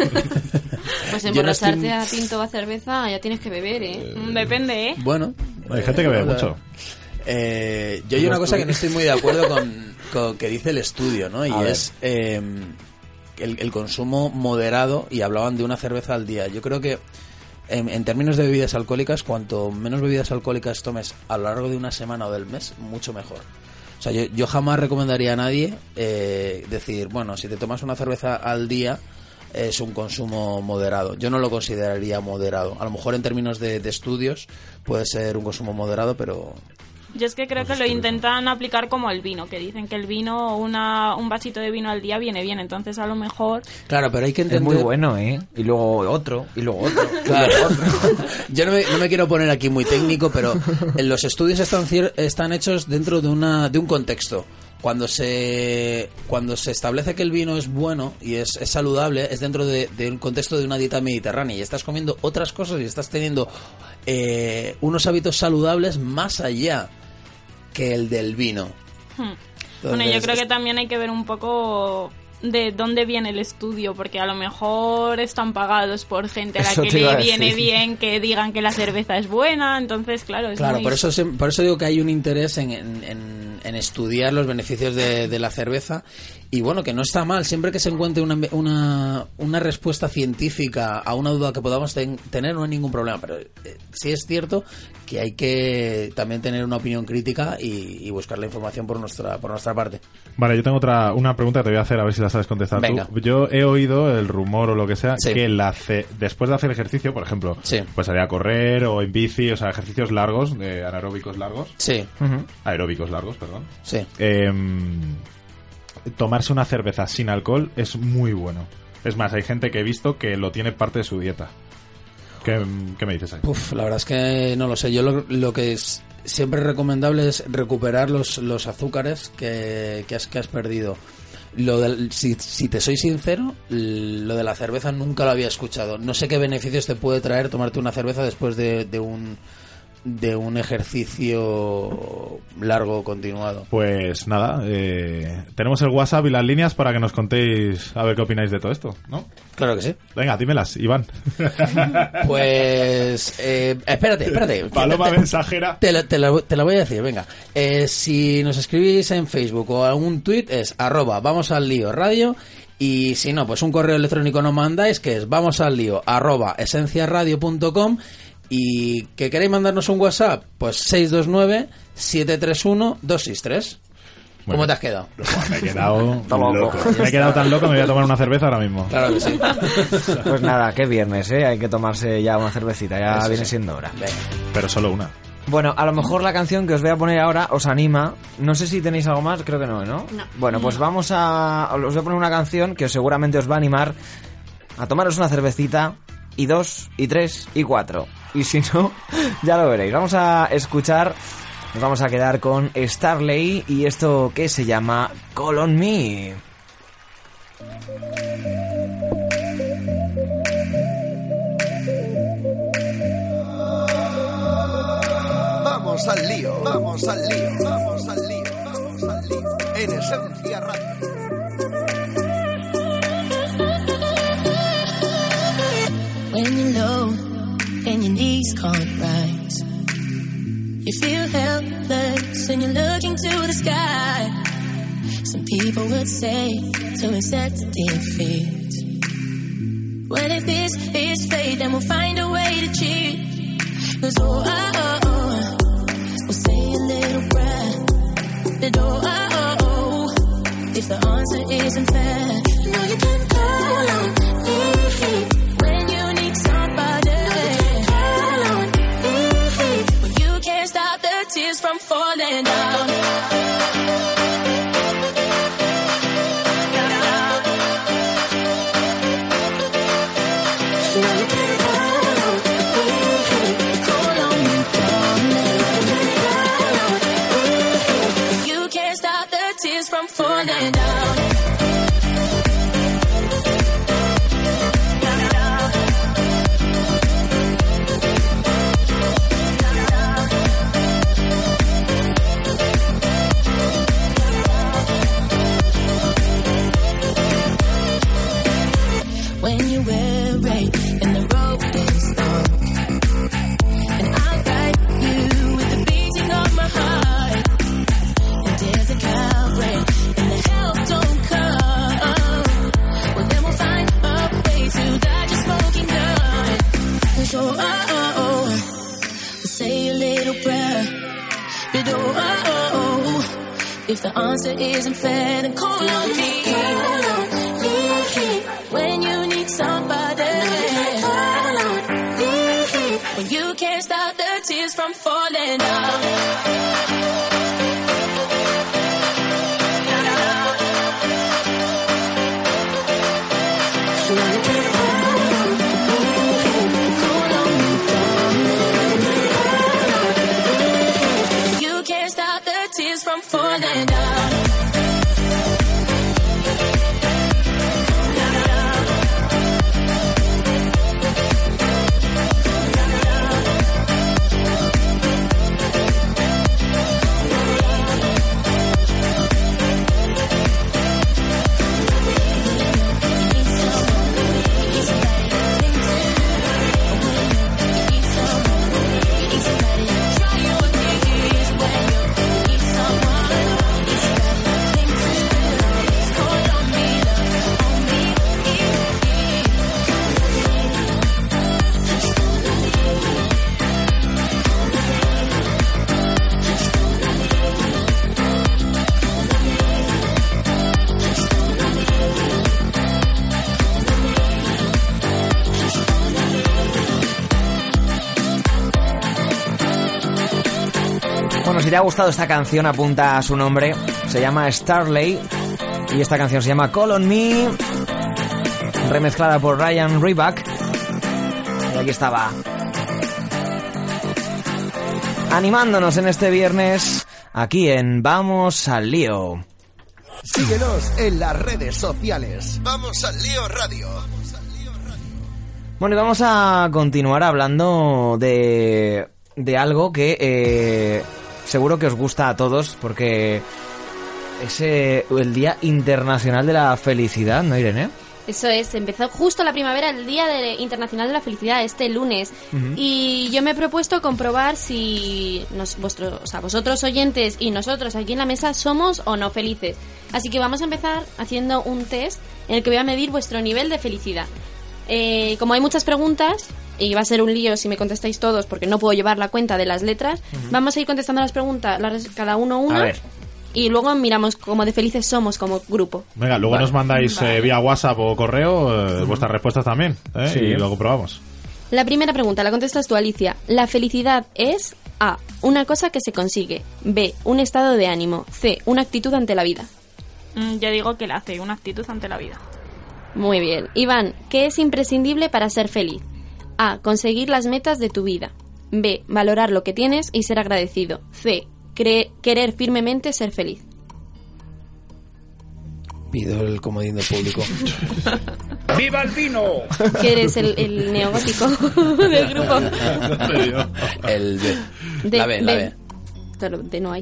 Pues emborracharte a tinto o a cerveza ya tienes que beber, ¿eh? Depende, ¿eh? Bueno. Hay gente que bebe mucho. Yo hay una cosa que no estoy muy de acuerdo con que dice el estudio, ¿no? Y es el consumo moderado, y hablaban de una cerveza al día. Yo creo que en términos de bebidas alcohólicas, cuanto menos bebidas alcohólicas tomes a lo largo de una semana o del mes, mucho mejor. O sea, yo jamás recomendaría a nadie decir, bueno, si te tomas una cerveza al día es un consumo moderado. Yo no lo consideraría moderado. A lo mejor en términos de estudios puede ser un consumo moderado, pero... Yo es que creo que lo intentan aplicar como el vino, que dicen que el vino, un vasito de vino al día viene bien, entonces a lo mejor... Claro, pero hay que entender... Es muy bueno, ¿eh? Y luego otro, y luego otro. Claro. Yo no me quiero poner aquí muy técnico, pero los estudios están hechos dentro de un contexto. Cuando se establece que el vino es bueno y es saludable, es dentro de un contexto de una dieta mediterránea, y estás comiendo otras cosas y estás teniendo unos hábitos saludables más allá que el del vino. Bueno, yo creo que también hay que ver un poco de dónde viene el estudio, porque a lo mejor están pagados por gente a la que le viene bien que digan que la cerveza es buena, entonces claro, muy... por eso digo que hay un interés en estudiar los beneficios de la cerveza, y bueno, que no está mal siempre que se encuentre una respuesta científica a una duda que podamos tener, no hay ningún problema, pero sí es cierto que hay que también tener una opinión crítica y buscar la información por nuestra parte. Vale, yo tengo una pregunta que te voy a hacer, a ver si la sabes contestar. Venga. Tú. Yo he oído el rumor o lo que sea, Sí. que después de hacer ejercicio, por ejemplo, Sí. pues salir a correr o en bici, o sea, ejercicios largos, anaeróbicos largos. Sí. Aeróbicos largos, perdón. Sí. Tomarse una cerveza sin alcohol es muy bueno. Es más, hay gente que he visto que lo tiene parte de su dieta. ¿Qué me dices ahí? La verdad es que no lo sé. Yo lo que es siempre recomendable es recuperar los azúcares que has perdido. Si te soy sincero, lo de la cerveza nunca lo había escuchado. No sé qué beneficios te puede traer tomarte una cerveza después de un ejercicio largo continuado. Pues nada, tenemos el WhatsApp y las líneas para que nos contéis a ver qué opináis de todo esto, ¿no? Claro que sí. Venga, dímelas, Iván. Pues espérate. Paloma mensajera. Te la voy a decir, venga. Si nos escribís en Facebook o algún tweet es @vamosallio_radio, y si no, pues un correo electrónico nos mandáis, que es vamosallio@esenciaradio.com. Y que queréis mandarnos un WhatsApp, pues 629-731-263. ¿Cómo te has quedado? Me he quedado loco. Me he quedado tan loco, me voy a tomar una cerveza ahora mismo. Claro que sí. Pues nada, que viernes, ¿eh? Hay que tomarse ya una cervecita, ya Eso viene sí. siendo hora. Pero solo una. Bueno, a lo mejor la canción que os voy a poner ahora os anima. No sé si tenéis algo más, creo que no, ¿no? No. Bueno, pues os voy a poner una canción que seguramente os va a animar a tomaros una cervecita, y 2, y 3, y 4. Y si no, ya lo veréis. Vamos a escuchar, nos vamos a quedar con Starley y esto que se llama Call on Me. Vamos al lío, vamos al lío, vamos al lío, vamos al lío. En Esencia Radio. When you're low and your knees can't rise, you feel helpless and you're looking to the sky. Some people would say to accept defeat. Well, if this is fate, then we'll find a way to cheat. 'Cause we'll say a little prayer. That if the answer isn't fair, no, you can call on me when You can't stop the tears from falling down. When you wear rain and the road is long, and I'll guide you with the beating of my heart. And there's a cowboy and the help don't come. Well, then we'll find a way to dodge a smoking gun. And so, we'll say a little prayer. But if the answer isn't fair, then call on me. When you need somebody, when you can't stop the tears from falling down. You can't stop the tears from falling down. Bueno, si te ha gustado esta canción, apunta a su nombre. Se llama Starley y esta canción se llama Call on Me, remezclada por Ryan Reback. Y aquí estaba, animándonos en este viernes aquí en Vamos al Lío. Síguenos en las redes sociales. Vamos al Lío Radio. Bueno, y vamos a continuar hablando de algo que seguro que os gusta a todos, porque es el Día Internacional de la Felicidad, ¿no, Irene? Eso es, empezó justo la primavera, el Día Internacional de la Felicidad, este lunes. Uh-huh. Y yo me he propuesto comprobar si vosotros oyentes y nosotros aquí en la mesa somos o no felices. Así que vamos a empezar haciendo un test en el que voy a medir vuestro nivel de felicidad. Como hay muchas preguntas, y va a ser un lío si me contestáis todos porque no puedo llevar la cuenta de las letras, vamos a ir contestando las preguntas cada uno una. A ver. Y luego miramos cómo de felices somos como grupo. Venga, luego nos mandáis vía WhatsApp o correo vuestras respuestas también, sí. Y luego probamos. La primera pregunta la contestas tú, Alicia. La felicidad es A, una cosa que se consigue. B, un estado de ánimo. C, una actitud ante la vida. Yo digo que la C, una actitud ante la vida. Muy bien. Iván, ¿qué es imprescindible para ser feliz? A, conseguir las metas de tu vida. B, valorar lo que tienes y ser agradecido. C, querer firmemente ser feliz. Pido el comodín del público. ¡Viva el vino! Que eres el neogótico del grupo. El B. La B. Claro, D no hay.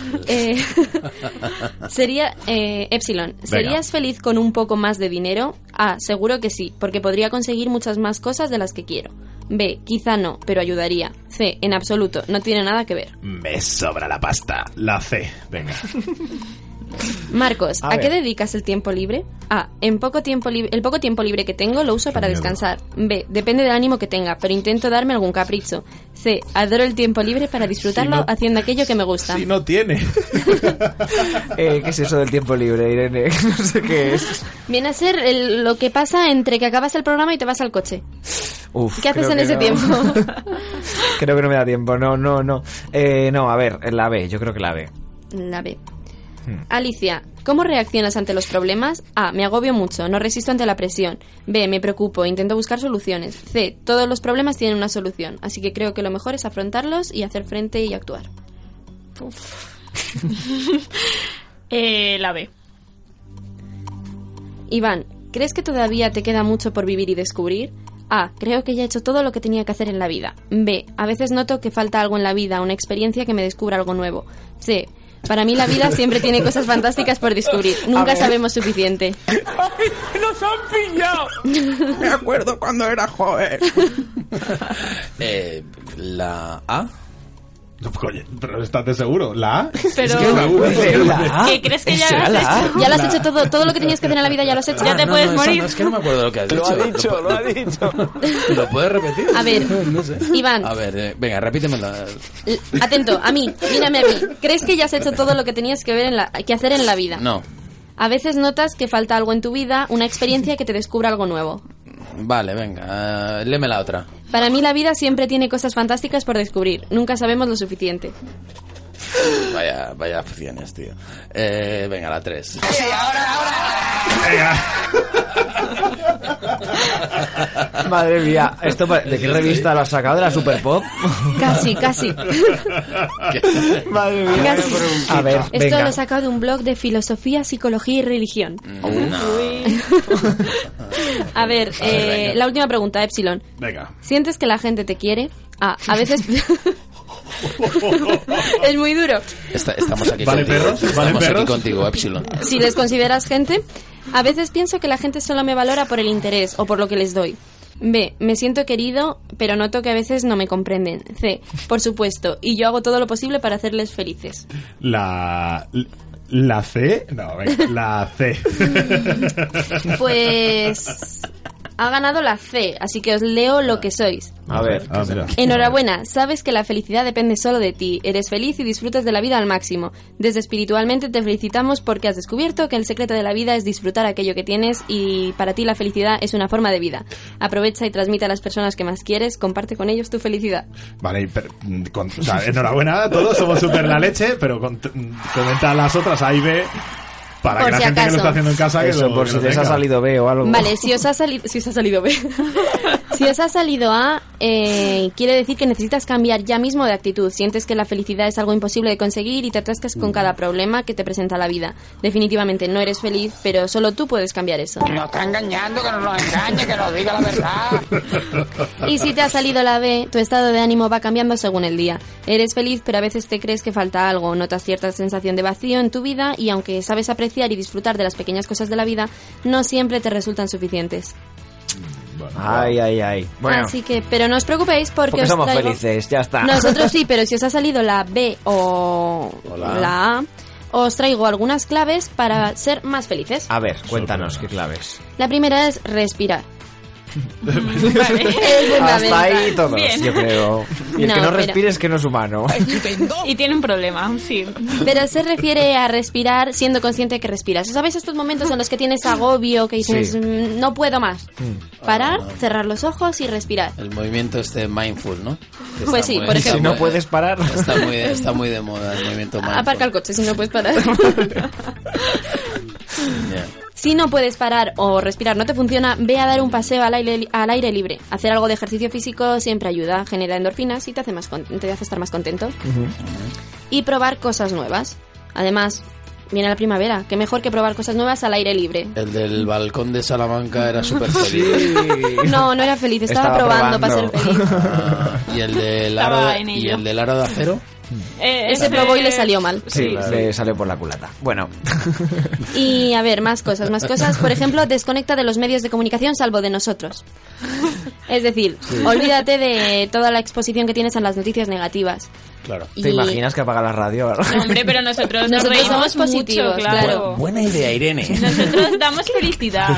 Sería Epsilon. ¿Serías feliz con un poco más de dinero? A, seguro que sí, porque podría conseguir muchas más cosas de las que quiero. B, quizá no, pero ayudaría. C, en absoluto, no tiene nada que ver. Me sobra la pasta. La C, venga. Marcos, ¿a qué dedicas el tiempo libre? A, el poco tiempo libre que tengo lo uso para descansar. B, depende del ánimo que tenga, pero intento darme algún capricho. C, adoro el tiempo libre para disfrutarlo haciendo aquello que me gusta. Si no tiene. ¿Qué es eso del tiempo libre, Irene? No sé qué es. Viene a ser lo que pasa entre que acabas el programa y te vas al coche. Uf, ¿qué haces en ese tiempo? Creo que no me da tiempo, no. No, a ver, la B, yo creo que la B. La B. Alicia, ¿cómo reaccionas ante los problemas? A. Me agobio mucho, no resisto ante la presión. B. Me preocupo, intento buscar soluciones. C. Todos los problemas tienen una solución, así que creo que lo mejor es afrontarlos y hacer frente y actuar. La B. Iván, ¿crees que todavía te queda mucho por vivir y descubrir? A. Creo que ya he hecho todo lo que tenía que hacer en la vida. B. A veces noto que falta algo en la vida, una experiencia que me descubra algo nuevo. C. Para mí la vida siempre tiene cosas fantásticas por descubrir. Nunca sabemos suficiente. ¡Ay, nos han pillado! Me acuerdo cuando era joven. La A. Oye, pero ¿estás seguro? ¿La A? Pero... ¿Qué crees que ya lo has hecho? Ya lo has hecho todo lo que tenías que hacer en la vida, ya lo has hecho. Ya te puedes morir. No, es que no me acuerdo de lo que has dicho. Lo ha dicho. ¿Lo puedes repetir? A ver, no sé. Iván. A ver, venga, repítemelo. Atento, a mí, mírame a mí. ¿Crees que ya has hecho todo lo que tenías que hacer en la vida? No. A veces notas que falta algo en tu vida, una experiencia que te descubra algo nuevo. Vale, venga, léeme la otra. Para mí la vida siempre tiene cosas fantásticas por descubrir. Nunca sabemos lo suficiente. Vaya opciones, tío. Venga, la 3. Sí, ahora. Madre mía, ¿esto de qué revista lo has sacado? ¿De la Super Pop? Casi. Madre mía. Casi. A ver, esto venga. lo he sacado de un blog de filosofía, psicología y religión. A ver, la última pregunta, Epsilon. Venga. ¿Sientes que la gente te quiere? A veces... Es muy duro. Estamos aquí ¿Vale, contigo. perros? Estamos aquí contigo, Epsilon. Si les consideras gente, a veces pienso que la gente solo me valora por el interés o por lo que les doy. B. Me siento querido, pero noto que a veces no me comprenden. C. Por supuesto, y yo hago todo lo posible para hacerles felices. ¿La C? No, venga, la C. Pues... ha ganado la C, así que os leo lo que sois. A ver. Mira. Enhorabuena, sabes que la felicidad depende solo de ti. Eres feliz y disfrutas de la vida al máximo. Desde espiritualmente te felicitamos porque has descubierto que el secreto de la vida es disfrutar aquello que tienes y para ti la felicidad es una forma de vida. Aprovecha y transmite a las personas que más quieres, comparte con ellos tu felicidad. Vale, pero, o sea, enhorabuena, todos somos súper la leche, pero comenta las otras A y B para Por que la si gente que lo acaso. está haciendo en casa Eso, que por que si lo les ha tenga. salido B o algo. Vale, si os ha salido B. Si os ha salido A, quiere decir que necesitas cambiar ya mismo de actitud. Sientes que la felicidad es algo imposible de conseguir y te atascas con cada problema que te presenta la vida. Definitivamente no eres feliz, pero solo tú puedes cambiar eso. Nos está engañando, que no nos engañe, que nos diga la verdad. Y si te ha salido la B, tu estado de ánimo va cambiando según el día. Eres feliz, pero a veces te crees que falta algo, notas cierta sensación de vacío en tu vida y aunque sabes apreciar y disfrutar de las pequeñas cosas de la vida, no siempre te resultan suficientes. Ay. Bueno, Así que, pero no os preocupéis porque os somos traigo... felices, ya está. Nosotros sí, pero si os ha salido la B o la A, os traigo algunas claves para ser más felices. A ver, cuéntanos qué claves. La primera es respirar. Vale. Hasta ahí todos, Bien. yo creo. Y el No, que no espera. respire es que no es humano. Y tiene un problema, sí. Pero se refiere a respirar siendo consciente de que respiras. ¿Sabes estos momentos en los que tienes agobio, que dices, Sí. no puedo más? Parar, cerrar los ojos y respirar. El movimiento mindful, ¿no? Que Pues está sí, muy- por Si ejemplo. no puedes parar. Está muy de moda el movimiento mindful. Aparca el coche si no puedes parar. Ya. Si no puedes parar o respirar no te funciona, ve a dar un paseo al aire libre. Hacer algo de ejercicio físico siempre ayuda, genera endorfinas y te hace estar más contento. Y probar cosas nuevas. Además, viene la primavera. ¿Qué mejor que probar cosas nuevas al aire libre? El del balcón de Salamanca era súper feliz. No era feliz, estaba probando para ser feliz. Y el del Estaba aro en y ello. el del aro de acero. Ese probó y le salió mal. Sí, le salió por la culata. Bueno. Y a ver, más cosas. Por ejemplo, desconecta de los medios de comunicación salvo de nosotros. Es decir, olvídate de toda la exposición que tienes a las noticias negativas. Claro. ¿Te imaginas que apaga la radio? No, hombre, pero nosotros nos Nosotros reímos somos positivos, mucho, claro. Buena idea, Irene. Nosotros damos felicidad.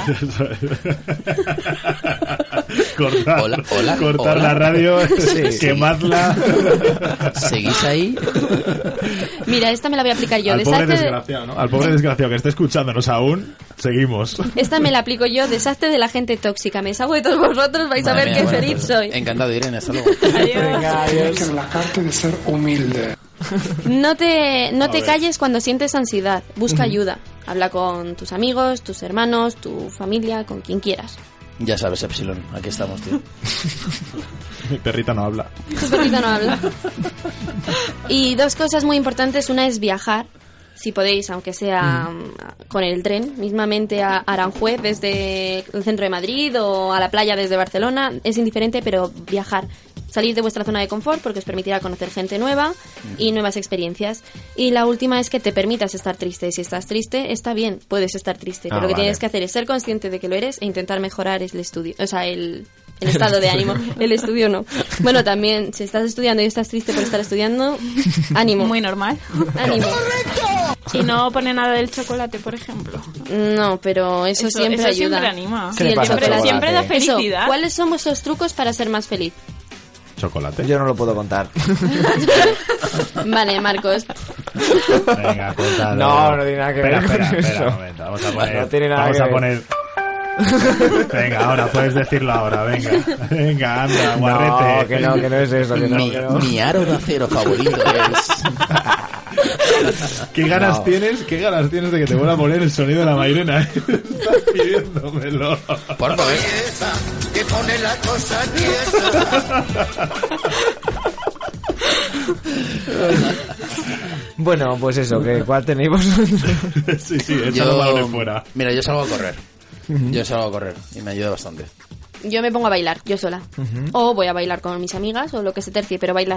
Cortar la radio, quemadla. ¿Seguís ahí? Mira, esta me la voy a aplicar yo. Al pobre desgraciado, ¿no? Al pobre desgraciado que esté escuchándonos aún, seguimos. Esta me la aplico yo. Deshazte de la gente tóxica. Me deshago de todos vosotros. Vais a ver qué feliz soy. Encantado, Irene. Hasta luego. Adiós. Que relajarte de ser humilde. No te ver. calles cuando sientes ansiedad. Busca ayuda. Habla con tus amigos, tus hermanos, tu familia, con quien quieras. Ya sabes, Epsilon, aquí estamos, tío. Mi perrita no habla. Tu perrito no habla. Y 2 cosas muy importantes. Una es viajar. Si podéis, aunque sea con el tren, mismamente a Aranjuez desde el centro de Madrid o a la playa desde Barcelona, es indiferente, pero viajar. Salir de vuestra zona de confort porque os permitirá conocer gente nueva y nuevas experiencias. Y la última es que te permitas estar triste. Si estás triste, está bien, puedes estar triste. Pero lo que tienes que hacer es ser consciente de que lo eres e intentar mejorar el estudio, o sea, el estado de ánimo. El estudio no. Bueno, también, si estás estudiando y estás triste por estar estudiando, ánimo. Muy normal. Ánimo. Y no pone nada del chocolate, por ejemplo. No, pero eso siempre ayuda. Siempre anima. ¿Qué le pasa al Siempre da chocolate? felicidad. Eso, ¿cuáles son vuestros trucos para ser más feliz? Chocolate. Yo no lo puedo contar. Vale, Marcos. Venga, cuéntalo. No tiene nada que ver Espera, con eso. un momento. Vamos a poner... No tiene nada vamos que a ver. poner... Venga, ahora puedes decirlo ahora, venga. Venga, anda, guarrete. No, que no es eso. Que no. Mi aro de acero favorito es... ¿Qué ganas tienes de que te vuelva a poner el sonido de la Mairena? Estás pidiéndomelo. Por favor. Que pone la cosa tiesa. Bueno, pues eso, ¿cuál tenéis vosotros? Sí, échalo balones fuera. Mira, yo salgo a correr. Y me ayuda bastante. Yo me pongo a bailar, yo sola. O voy a bailar con mis amigas o lo que se tercie, pero bailar.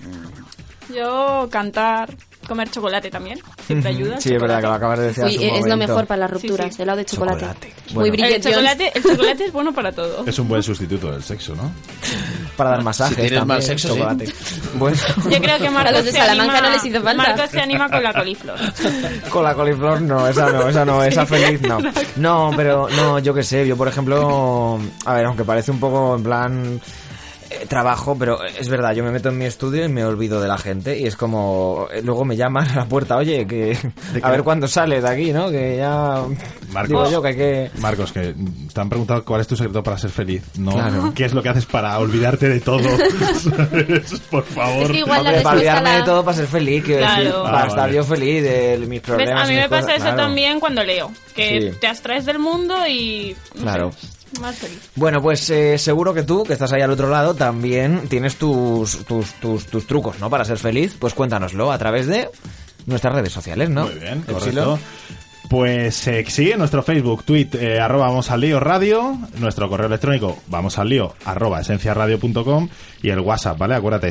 Yo cantar, comer chocolate también. Siempre ayuda. Sí, es verdad que lo acabas de decir hace un Es lo momento. mejor para las rupturas, Sí. helado de chocolate. Bueno. Muy Bridget Jones. El chocolate es bueno para todo. Es un buen sustituto del sexo, ¿no? Para dar masajes. Si tienes también, mal sexo, chocolate. Bueno. Yo creo que Marcos los de se Salamanca anima, no les hizo falta. Marcos se anima con la coliflor. Con la coliflor no, esa feliz no. No, pero no, yo qué sé, yo por ejemplo, a ver, aunque parece un poco en plan trabajo, pero es verdad, yo me meto en mi estudio y me olvido de la gente y es como, luego me llaman a la puerta, oye, que a ver cuándo sales de aquí, ¿no? Que ya Marcos, digo yo que hay que... Marcos, que te han preguntado cuál es tu secreto para ser feliz, ¿no? Claro. ¿Qué es lo que haces para olvidarte de todo? ¿Sabes? Por favor. Es que igual la Hombre, para respuesta olvidarme de todo, para ser feliz, quiero Claro. decir, para estar yo feliz de mis ¿Ves? problemas. A mí mis me pasa cosas, eso claro. también cuando leo. Que Sí. te abstraes del mundo y... no Claro. sé, más feliz. Bueno, pues seguro que tú, que estás ahí al otro lado, también tienes tus trucos, ¿no? Para ser feliz. Pues cuéntanoslo a través de nuestras redes sociales, ¿no? Muy bien, Epsilon. correcto. Pues sigue nuestro Facebook, tweet, arroba vamos al lío radio, nuestro correo electrónico vamos al lío arroba esenciaradio.com y el WhatsApp, ¿vale? Acuérdate,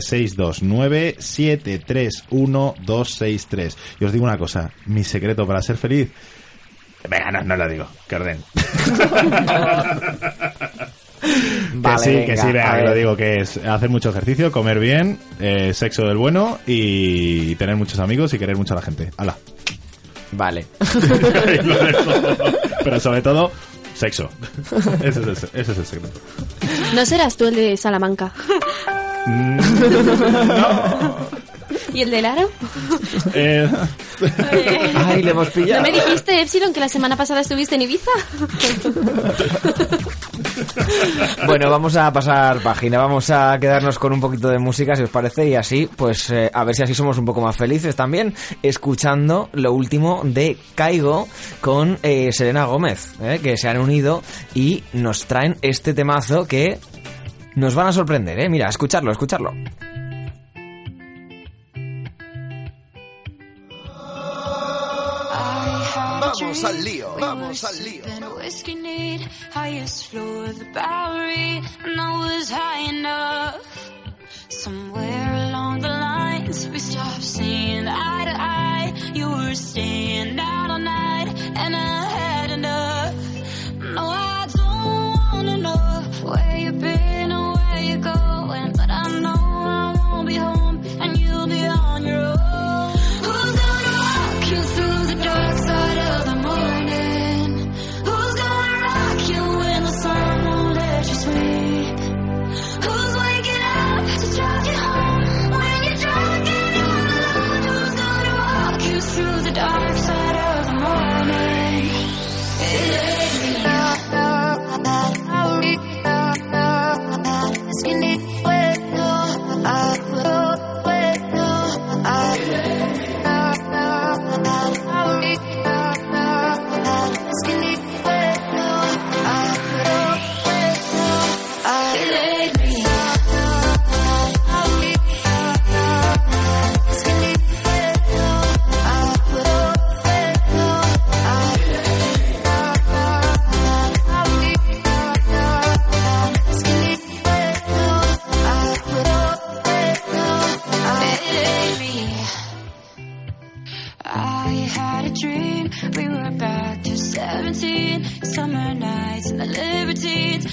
629-731-263. Y os digo una cosa, mi secreto para ser feliz... Venga, no lo digo, que orden. Vale, que sí, venga, a que ver. lo digo, que es hacer mucho ejercicio, comer bien, sexo del bueno y tener muchos amigos y querer mucho a la gente. ¡Hala! Vale. Ahí lo dejo. Pero sobre todo, sexo. Ese es el secreto. ¿No serás tú el de Salamanca? ¿Y el del aro? Ay, le hemos pillado. ¿No me dijiste, Epsilon, que la semana pasada estuviste en Ibiza? Bueno, vamos a pasar página, vamos a quedarnos con un poquito de música, si os parece, y así, pues, a ver si así somos un poco más felices también, escuchando lo último de Caigo con Selena Gómez, que se han unido y nos traen este temazo que nos van a sorprender, mira, escucharlo. Vamos al lío, vamos al lío. Whiskey need highest floor of the Bowery, and I was high enough. Somewhere along the lines, we stopped seeing eye to eye. You were staying out all night, and I had enough. No, I don't wanna know where you've been or where you're going, but I know I won't be home, and you'll be on your own. Who's gonna walk you through the dark side of the morning? Who's gonna rock you when the sun won't let you sleep? Who's waking up to drive you home?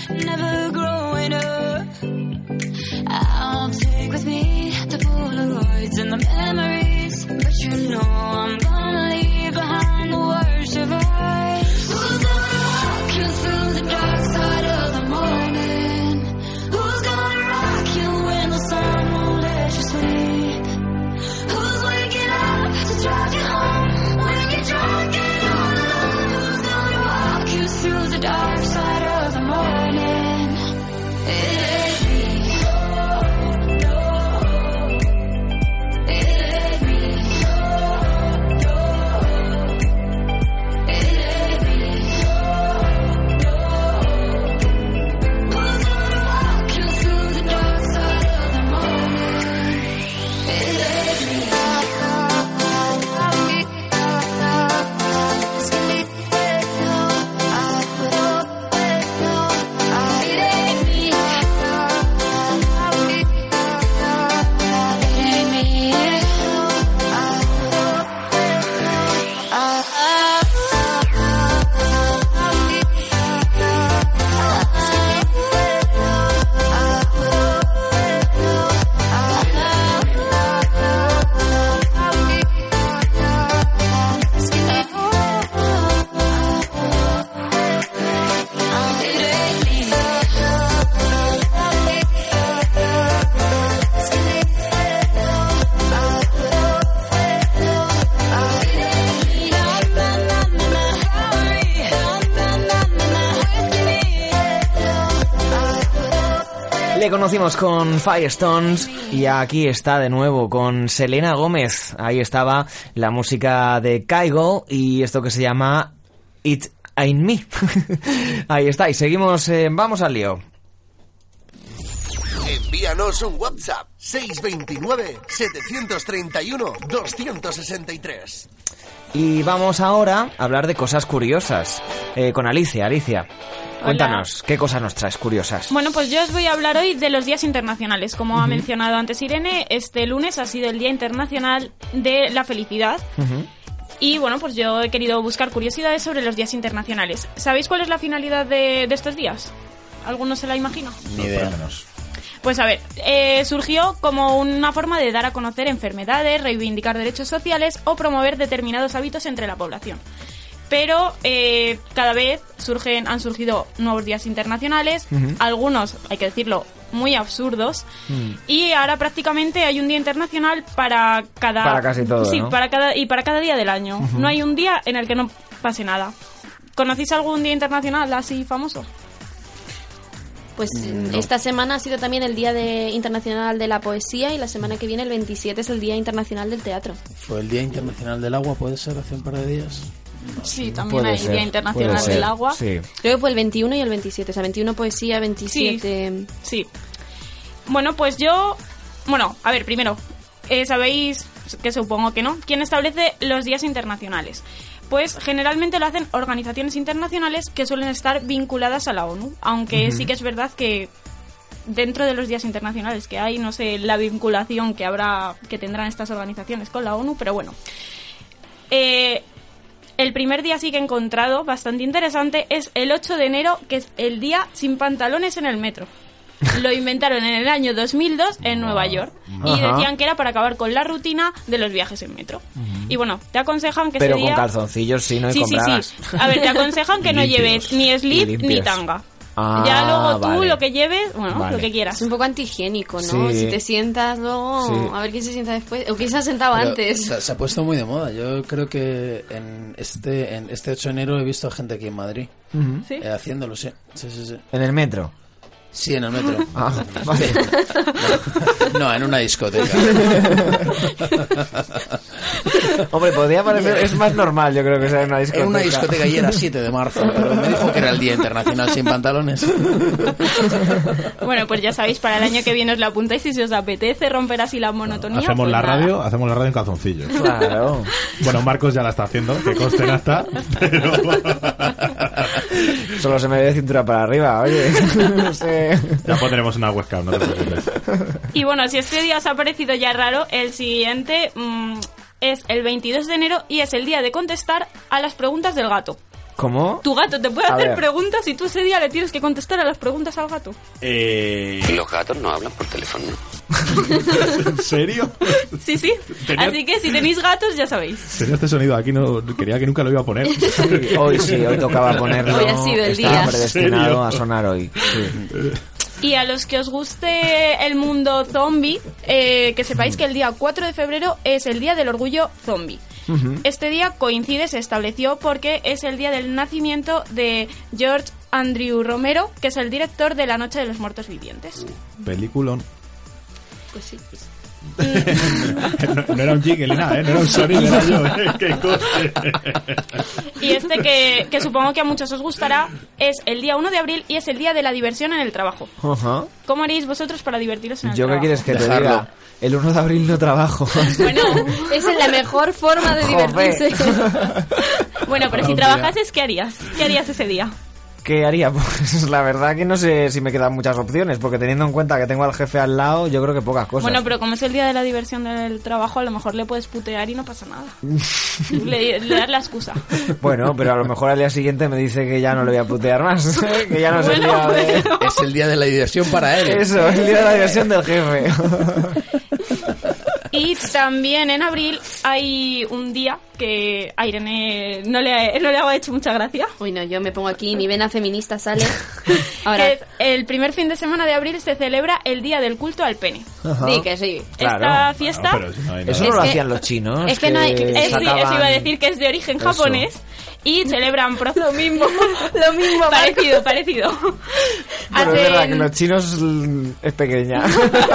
never growing up. I'll take with me the Polaroids and the memories, but you know I'm gonna leave behind the worst of us. Who's gonna walk you through the dark side of the morning? Who's gonna rock you when the sun won't let you sleep? Who's waking up to drive you home when you're drunk and all alone? Who's gonna walk you through the dark side of the morning? It ain't me. Le conocimos con Firestones y aquí está de nuevo con Selena Gómez. Ahí estaba la música de Kygo y esto que se llama It Ain't Me. Ahí está, y seguimos, vamos al lío. Envíanos un WhatsApp 629-731-263. Y vamos ahora a hablar de cosas curiosas con Alicia. Alicia, cuéntanos, ¿qué cosas nos traes curiosas? Bueno, pues yo os voy a hablar hoy de los días internacionales. Como ha mencionado antes Irene, este lunes ha sido el Día Internacional de la Felicidad. Y bueno, pues yo he querido buscar curiosidades sobre los días internacionales. ¿Sabéis cuál es la finalidad de estos días? ¿Alguno se la imagina? Ni idea. Pues a ver, surgió como una forma de dar a conocer enfermedades, reivindicar derechos sociales o promover determinados hábitos entre la población. Pero cada vez han surgido nuevos días internacionales, algunos, hay que decirlo, muy absurdos, y ahora prácticamente hay un día internacional para casi todo, sí, ¿no? para cada día del año. No hay un día en el que no pase nada. ¿Conocéis algún día internacional así famoso? Pues esta semana ha sido también el Día Internacional de la Poesía y la semana que viene, el 27, es el Día Internacional del Teatro. ¿Fue el Día Internacional del Agua, puede ser, hace un par de días? Sí, también hay Día Internacional del Agua. Sí. Creo que fue el 21 y el 27, o sea, 21 poesía, 27... Sí. Bueno, pues yo... Bueno, a ver, primero, ¿sabéis, que supongo que no, quién establece los días internacionales? Pues generalmente lo hacen organizaciones internacionales que suelen estar vinculadas a la ONU, aunque sí que es verdad que dentro de los días internacionales que hay, no sé la vinculación que tendrán estas organizaciones con la ONU, pero bueno. El primer día sí que he encontrado bastante interesante es el 8 de enero, que es el día sin pantalones en el metro. Lo inventaron en el año 2002 en Nueva York y decían que era para acabar con la rutina de los viajes en metro. Y bueno, te aconsejan que pero ese día... con calzoncillos, sí, no hay con bragas. Sí. A ver, te aconsejan que no lleves ni slip ni tanga. Ya luego tú lo que lleves, bueno, lo que quieras. Es un poco antihigiénico, ¿no? Sí. Si te sientas luego, a ver quién se sienta después, o quién se ha sentado antes. Se ha puesto muy de moda. Yo creo que en este 8 de enero he visto a gente aquí en Madrid haciéndolo, sí. ¿En el metro? Sí, en el metro. Vale. No, en una discoteca. Hombre, podría parecer... Es más normal, yo creo, que sea en una discoteca. En una discoteca y era 7 de marzo, pero me dijo que era el Día Internacional sin pantalones. Bueno, pues ya sabéis, para el año que viene os la apuntáis y si os apetece romper así la monotonía. Hacemos pues la nada. radio en calzoncillos. Claro. Bueno, Marcos ya la está haciendo, que conste en acta, pero... Solo se me ve de cintura para arriba, oye. No sé. Ya pondremos una webcam, no te preocupes. Y bueno, si este día os ha parecido ya raro, el siguiente es el 22 de enero y es el día de contestar a las preguntas del gato. ¿Cómo? Tu gato te puede A hacer ver. preguntas y tú ese día le tienes que contestar a las preguntas al gato. Los gatos no hablan por teléfono. ¿En serio? Sí, sí. Tenía- Así que si tenéis gatos, ya sabéis. Tenía este sonido aquí, no quería que nunca lo iba a poner. Hoy sí, hoy tocaba ponerlo. Hoy ha sido el Estaba día. predestinado ¿En serio? a sonar hoy. Sí. Y a los que os guste el mundo zombie, que sepáis que el día 4 de febrero es el Día del Orgullo Zombie. Este día coincide, se estableció porque es el día del nacimiento de George Andrew Romero, que es el director de La Noche de los Muertos Vivientes. Peliculón. Pues sí. No era un jingle ni nada, ¿eh? No era un sonido, era yo. Qué coste. Y este que supongo que a muchos os gustará es el día 1 de abril y es el día de la diversión en el trabajo. Ajá. ¿Cómo haréis vosotros para divertiros en el ¿Yo qué trabajo? quieres que te Dejarlo. diga? El 1 de abril no trabajo. Bueno, esa es la mejor forma de divertirse. Bueno, pero si Hostia. trabajases, ¿qué harías? ¿Qué harías ese día? ¿Qué haría? Pues la verdad que no sé si me quedan muchas opciones, porque teniendo en cuenta que tengo al jefe al lado, yo creo que pocas cosas. Bueno, pero como es el día de la diversión del trabajo, a lo mejor le puedes putear y no pasa nada. le das la excusa. Bueno, pero a lo mejor al día siguiente me dice que ya no le voy a putear más, que ya no es el día de... Es el día de la diversión para él. Eso, el día de la diversión del jefe. Y también en abril hay un día que a Irene no le hago hecho mucha gracia. Uy, no, yo me pongo aquí, mi vena feminista sale. Ahora, Que es el primer fin de semana de abril se celebra el Día del Culto al Pene. Ajá. sí, que sí. Esta fiesta... Eso no lo hacían los chinos. es que no hay- sí, eso iba a sacaban- decir que es de origen Eso. japonés y celebran lo mismo, parecido. Bueno, es verdad que los chinos es pequeña.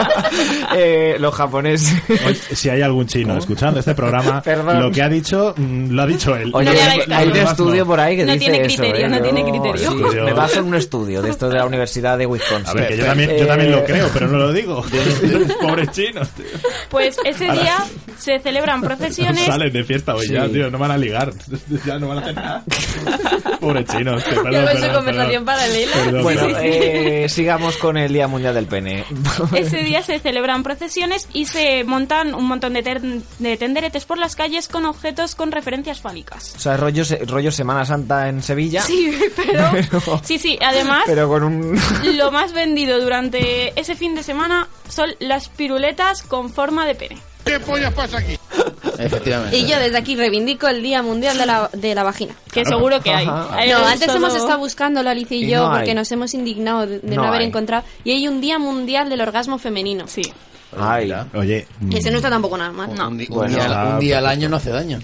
Los japoneses. Oye, si hay algún chino escuchando este programa, Perdón. lo que ha dicho, lo ha dicho él. Oye, No le hagáis caso. hay un Los demás estudio no. por ahí que No dice tiene eso, criterio, ¿eh? no tiene criterio. Sí, Yo- me baso en un estudio de esto de la Universidad de Wisconsin. A ver, que yo también lo creo, pero no lo digo. Pobres chinos, tío. Pues ese día se celebran procesiones. Salen de fiesta hoy Sí. ya, tío. No van a ligar. Ya no van a hacer nada. Pobres chinos. Tío, perdón, Luego es su perdón, conversación perdón. paralela. Perdón, Bueno, perdón. sigamos con el Día Mundial del Pene. Ese día se celebran procesiones y se montan un montón de tenderetes por las calles con objetos con referencias fálicas. O sea, rollo Semana Santa en Sevilla. Sí, pero... Sí, además... Pero con un... Lo más vendido durante ese fin de semana son las piruletas con forma de pene. ¿Qué pollas pasa aquí? Efectivamente. Y yo desde aquí reivindico el Día Mundial de la Vagina. Que seguro que hay. Ajá. Hay No, de antes todo- hemos estado buscándolo, Alicia y Y yo, no hay. porque nos hemos indignado de no, No haber hay. encontrado. Y hay un Día Mundial del Orgasmo Femenino. Sí. Ay, Oye, Ese no está tampoco nada mal. No. Un Bueno, día al año no hace daño.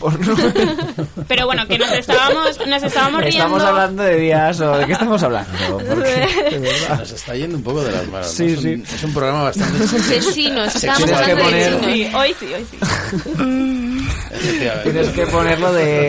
Pero bueno, que nos estábamos riendo. ¿estamos hablando de días o de qué estamos hablando? Porque, de verdad. Nos está yendo un poco de las manos. Sí, ¿no? sí. Es un programa bastante... De chinos, estamos Tienes que hablando de poner- chinos. Sí, hoy sí. Efectivamente. Tienes que ponerlo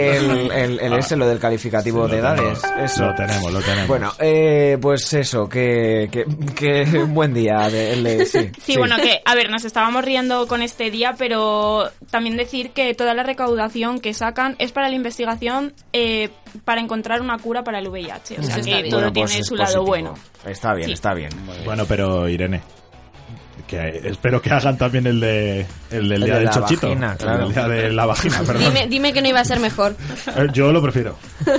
del lo del calificativo de edades. Eso. lo tenemos. Bueno, pues eso, que un buen día. Sí, bueno, que, a ver, nos estábamos riendo con este día, pero también decir que toda la recaudación que sacan es para la investigación para encontrar una cura para el VIH. O sea, Eso está que bien. todo Bueno, pues tiene es su lado positivo. bueno. Está bien, Sí. está bien. Bueno, pero Irene, que espero que hagan también el del de día del la chochito. vagina, claro. El día de la vagina, perdón. Dime que no iba a ser mejor. Yo lo prefiero.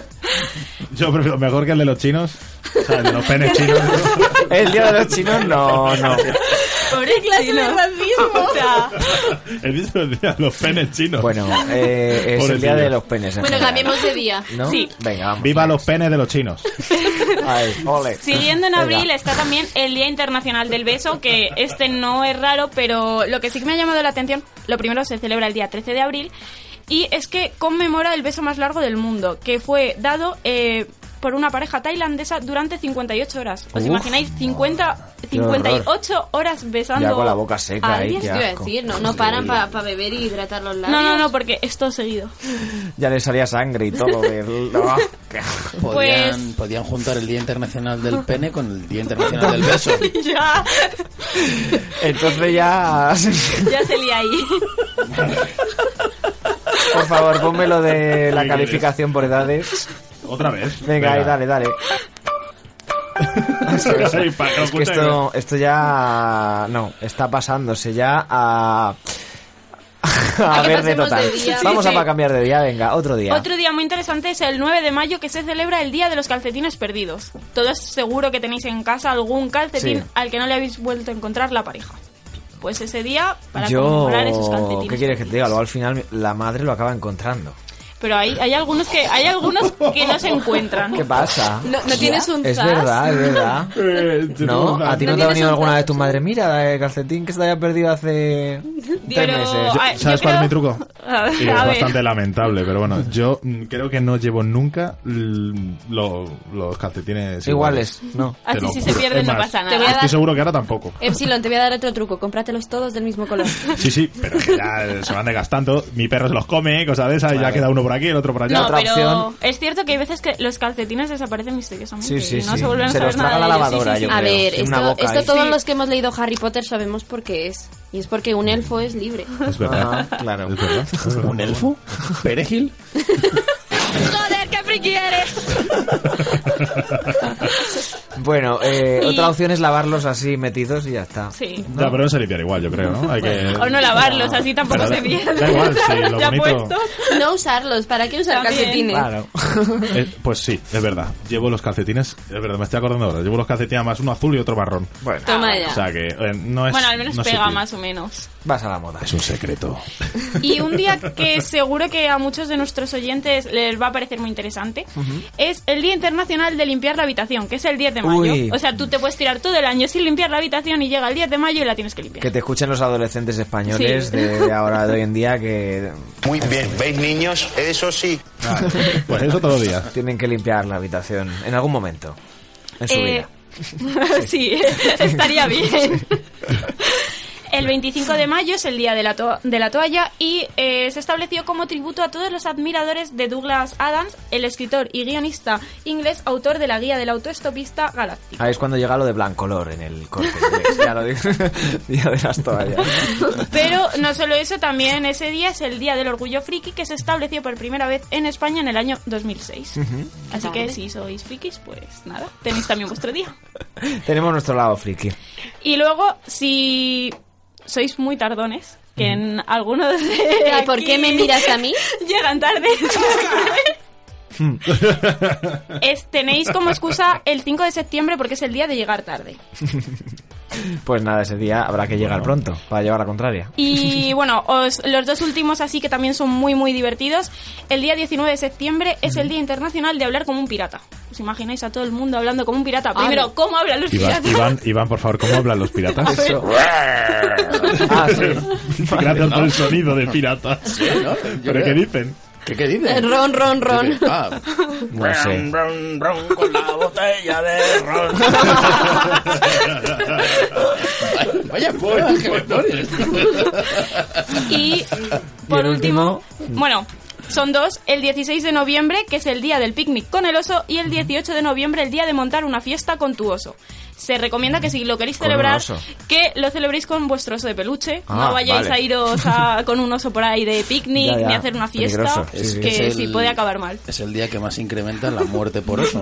Yo prefiero mejor que el de los chinos. O sea, el de los penes chinos. El día de los chinos, no. Pobre clase de racismo. O sea, He visto el día de los penes chinos. Bueno, es Pobrecillo. el día de los penes. en Bueno, general. cambiemos de día. ¿No? Sí. Venga, vamos. Viva los penes de los chinos. Ay, ole. siguiendo en Venga. abril está también el Día Internacional del Beso, que este no es raro, pero lo que sí que me ha llamado la atención, lo primero se celebra el día 13 de abril, y es que conmemora el beso más largo del mundo, que fue dado por una pareja tailandesa durante 58 horas. ¿Os Uf. imagináis? 58 horas besando Ya con la boca seca a ahí, alguien? qué Te iba a asco. decir, no paran para beber y hidratar los labios. No, porque es todo seguido. Ya le salía sangre y todo. No, qué asco. Podían juntar el Día Internacional del Pene con el Día Internacional del Beso. ya Entonces ya... se lía ahí. Por favor, ponme lo de la ¿Qué calificación por edades. Otra vez. Venga, ahí, dale. Sí, para que lo Es que escuchen. esto ya... No, está pasándose ya a... A ver, de pasemos total. de día. Vamos Sí, a sí. para cambiar de día, venga, otro día. Otro día muy interesante es el 9 de mayo, que se celebra el Día de los Calcetines Perdidos. Todos seguro que tenéis en casa algún calcetín Sí. al que no le habéis vuelto a encontrar la pareja. Pues ese día, para Yo, conmemorar esos calcetines. ¿qué quieres que te diga? Luego al final la madre lo acaba encontrando. Pero hay algunos que no se encuentran. ¿Qué pasa? ¿No tienes un Es zas? verdad, es verdad. ¿No? ¿A ti no te ha tienes venido un alguna zas? vez tu madre? Mira, el calcetín que se te haya perdido hace 3 meses. ¿Sabes cuál es mi truco? A Y es bastante lamentable, pero bueno, yo creo que no llevo nunca los calcetines Iguales, no. Te Así lo si juro. se pierden Es no más, pasa nada. Te voy a Estoy dar- seguro que ahora tampoco. Epsilon, te voy a dar otro truco. Cómpratelos todos del mismo color. Sí, pero que ya se van desgastando. Mi perro se los come, cosas de esas, y ya queda uno por aquí, el otro por allá. No, pero es cierto que hay veces que los calcetines desaparecen misteriosamente. Sí, y no sí. se vuelven a Se saber los traga nada la de ellos. lavadora, yo A creo. ver, Tiene una boca esto ahí. todos Sí. los que hemos leído Harry Potter sabemos por qué es. Y es porque un elfo es libre. Es verdad. Ajá, claro. Es verdad. ¿Un elfo? ¿Perejil? ¡Joder, qué friki eres! Bueno, otra opción es lavarlos así metidos y ya está. Sí. Ya, pero no se limpiar igual, yo creo, ¿no? Hay que... O no lavarlos, así tampoco Pero se pierden. da igual, sí, lo Ya bonito... puestos. No usarlos. ¿Para qué usar También. calcetines? Claro. Pues sí, es verdad. Llevo los calcetines, es verdad, me estoy acordando ahora. Llevo los calcetines más uno azul y otro marrón. Bueno, Toma ya. O sea que no es... Bueno, al menos no es pega sutil. más o menos. vas a la moda. Es un secreto. Y un día que seguro que a muchos de nuestros oyentes les va a parecer muy interesante es el Día Internacional de Limpiar la Habitación, que es el 10 de mayo. Uy. O sea, tú te puedes tirar todo el año sin limpiar la habitación y llega el 10 de mayo y la tienes que limpiar. Que te escuchen los adolescentes españoles Sí. de ahora, de hoy en día, que... Muy bien, ¿veis, niños? Eso sí. Pues eso todos los días. Tienen que limpiar la habitación en algún momento en su vida. Sí, estaría bien. El 25 de mayo es el día de la toalla y se estableció como tributo a todos los admiradores de Douglas Adams, el escritor y guionista inglés, autor de la guía del autoestopista galáctico. Ahí es cuando llega lo de Blancolor en el Corte Inglés. Ya lo digo. Día de las toallas. Pero no solo eso, también ese día es el Día del Orgullo Friki, que se estableció por primera vez en España en el año 2006. Así que si sois frikis, pues nada, tenéis también vuestro día. Tenemos nuestro lado friki. Y luego, si sois muy tardones, que en algunos de aquí ¿Por qué me miras a mí? llegan tarde. Tenéis como excusa el 5 de septiembre porque es el día de llegar tarde. Pues nada, ese día habrá que llegar pronto para llevar la contraria. Y bueno, los dos últimos así que también son muy muy divertidos. El día 19 de septiembre es el Día Internacional de Hablar como un pirata. ¿Os imagináis a todo el mundo hablando como un pirata? Primero, ¿cómo hablan los piratas? Iván, por favor, ¿cómo hablan los piratas? Eso. Ah, sí. Gracias por el sonido de pirata. ¿no? ¿Pero qué dicen? ¿Qué dicen? Ron, ron, ron. Ah, No sé. ron, ron, con la botella de ron. Vaya poema que me pones. Y por último, bueno, son dos, el 16 de noviembre, que es el día del picnic con el oso, y el 18 de noviembre, el día de montar una fiesta con tu oso. Se recomienda que si lo queréis Con un celebrar, oso. que lo celebréis con vuestro oso de peluche. Ah, No vayáis vale. a iros con un oso por ahí de picnic, Ya, ya. ni a hacer una fiesta, Peligroso. Sí, sí. que Es sí el- puede acabar mal. Es el día que más incrementa la muerte por oso.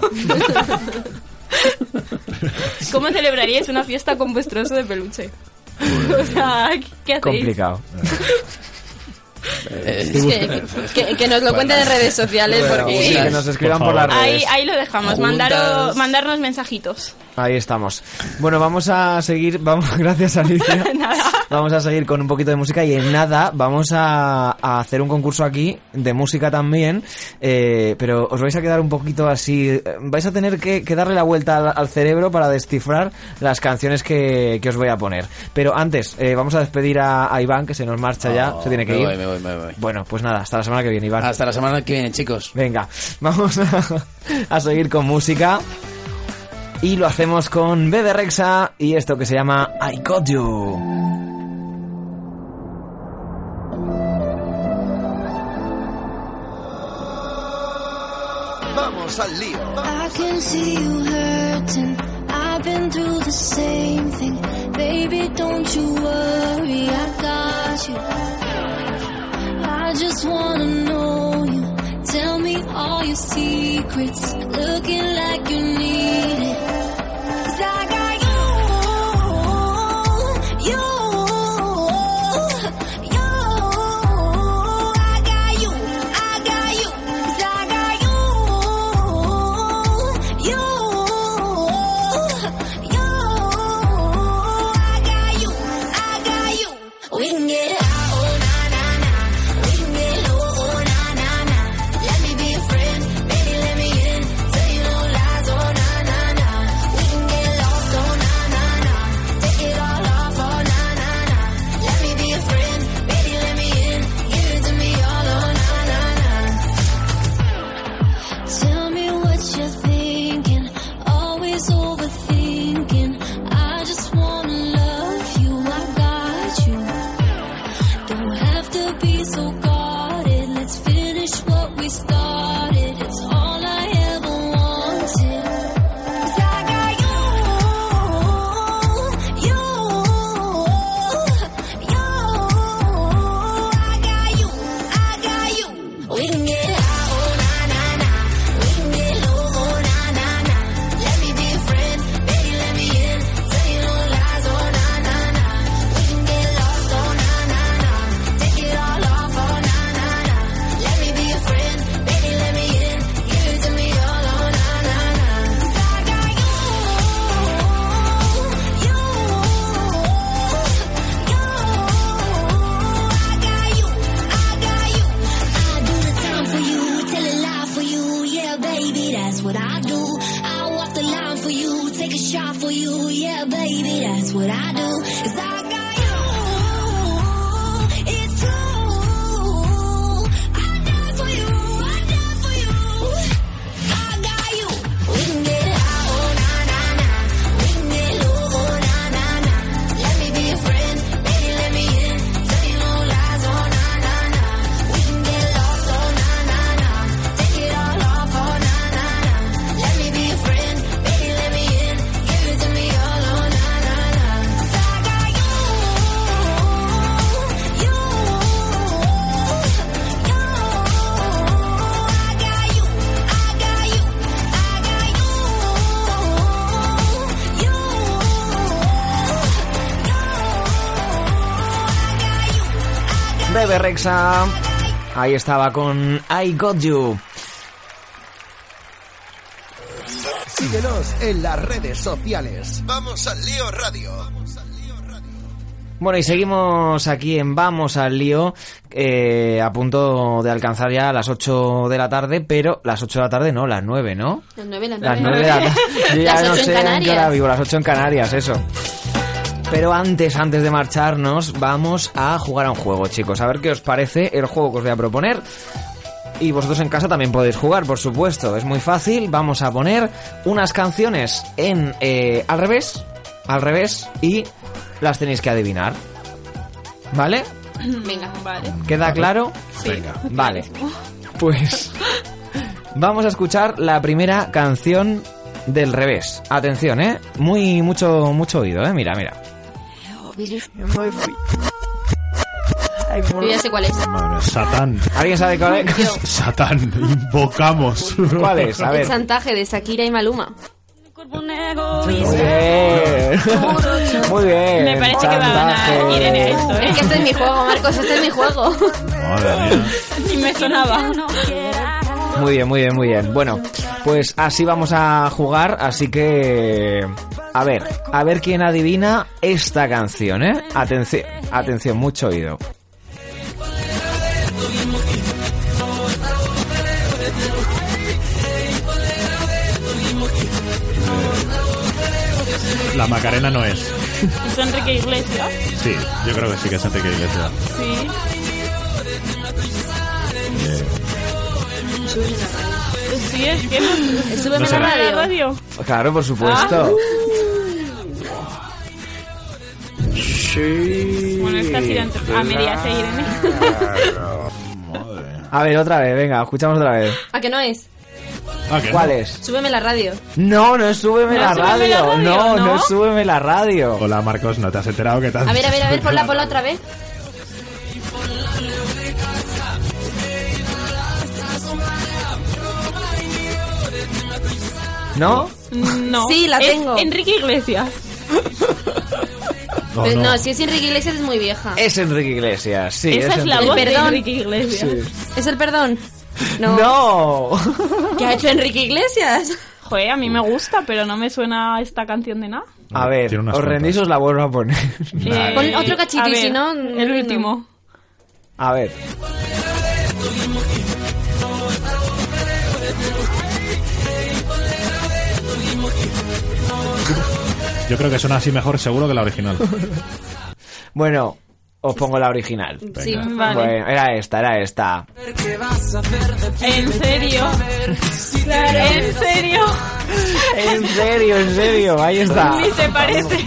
¿Cómo celebraríais una fiesta con vuestro oso de peluche? O sea, ¿qué hacéis? Complicado. Que nos lo cuenten en redes sociales Bueno, porque... sí, que nos escriban por, las redes. Ahí lo dejamos, Juntas. mandarnos mensajitos. Ahí estamos. Bueno, vamos a seguir. Gracias, Alicia. Vamos a seguir con un poquito de música y en nada vamos a hacer un concurso aquí de música también. Pero os vais a quedar un poquito así. Vais a tener que darle la vuelta al cerebro para descifrar las canciones que os voy a poner. Pero antes, vamos a despedir a Iván, que se nos marcha ya. Se tiene que ir. Me voy. Bueno, pues nada, hasta la semana que viene, Iván. Hasta la semana que viene, chicos. Venga, vamos a seguir con música. Y lo hacemos con Bebe Rexha y esto que se llama I Got You. Vamos al lío. I can see you hurting. I've been through the same thing. Baby, don't you worry, I got you. I just wanna know you. Tell me all your secrets. Looking like you need it. 'Cause I got you. That's what I do. Is I got you. It's true. I die for you. I die for you. I got you. We can get high, oh na na na. We can get low, oh na na na. Let me be your friend, baby, let me in. Tell you no lies, oh na na na. We can get lost, oh na na na. Take it all off, oh na na na. Let me be your friend, baby, let me in. Give it to me all, oh na na na. 'Cause I got you, you, you. I got you, I got you, I got you, you. Bebe Rexha. Ahí estaba con I Got You. Síguenos en las redes sociales. Vamos al Lío Radio. Bueno, y seguimos aquí en Vamos al Lío, a punto de alcanzar ya las 8 de la tarde, pero las 8 de la tarde no, las 9, ¿no? Las 9, las 9. Las 9 de la tarde. Yo ya Las no 8 en sé en qué Canarias. hora vivo, las 8 en Canarias, eso. Pero antes de marcharnos, vamos a jugar a un juego, chicos. A ver qué os parece el juego que os voy a proponer. Y vosotros en casa también podéis jugar, por supuesto. Es muy fácil. Vamos a poner unas canciones en al revés, y las tenéis que adivinar. ¿Vale? Venga, vale. ¿Queda claro? Sí. Venga, vale. Pues vamos a escuchar la primera canción del revés. Atención, mucho oído, mira. Yo ya sé cuál es. Madre, Satán. ¿Alguien sabe cuál es? Satán, invocamos. ¿Cuál es? A El ver. chantaje de Shakira y Maluma. Muy bien. Muy bien. Me parece que va a ganar Irene a esto, ¿eh? Es que este es mi juego, Marcos, este es mi juego. Madre mía. Ni me sonaba. Muy bien. Bueno, pues así vamos a jugar, así que a ver quién adivina esta canción, Atención, mucho oído. La Macarena no es. ¿Es Enrique Iglesias? Sí, yo creo que sí que es Enrique Iglesias. Sí. Sí, es que Súbeme No la será. radio. Claro, por supuesto. Sí. Bueno, esta ha sido entre... A medias, Irene. A ver, otra vez, venga, escuchamos otra vez. ¿A que no es? ¿Cuál es? Súbeme la radio. No es Súbeme la Súbeme la radio. radio, No ¿no? es Súbeme la radio. Hola, Marcos, ¿no te has enterado que tal? A ver, ponla otra vez. ¿No? No. Sí, la Es tengo. Enrique Iglesias. Pues no, si es Enrique Iglesias es muy vieja. Es Enrique Iglesias, sí. Esa es la El voz de perdón. Enrique Iglesias. Sí. ¿Es el perdón? No. ¡No! ¿Qué ha hecho Enrique Iglesias? Joder, a mí me gusta, pero no me suena esta canción de nada. A ver, Tiene unas os rendís, os la vuelvo a poner. Pon otro cachito a y ver, si no... el último. A ver. Yo creo que suena así mejor seguro que la original. Bueno, os pongo la original. Sí, vale. Bueno, era esta. ¿En serio? ¿En serio? En serio, ahí está. Ni se parece.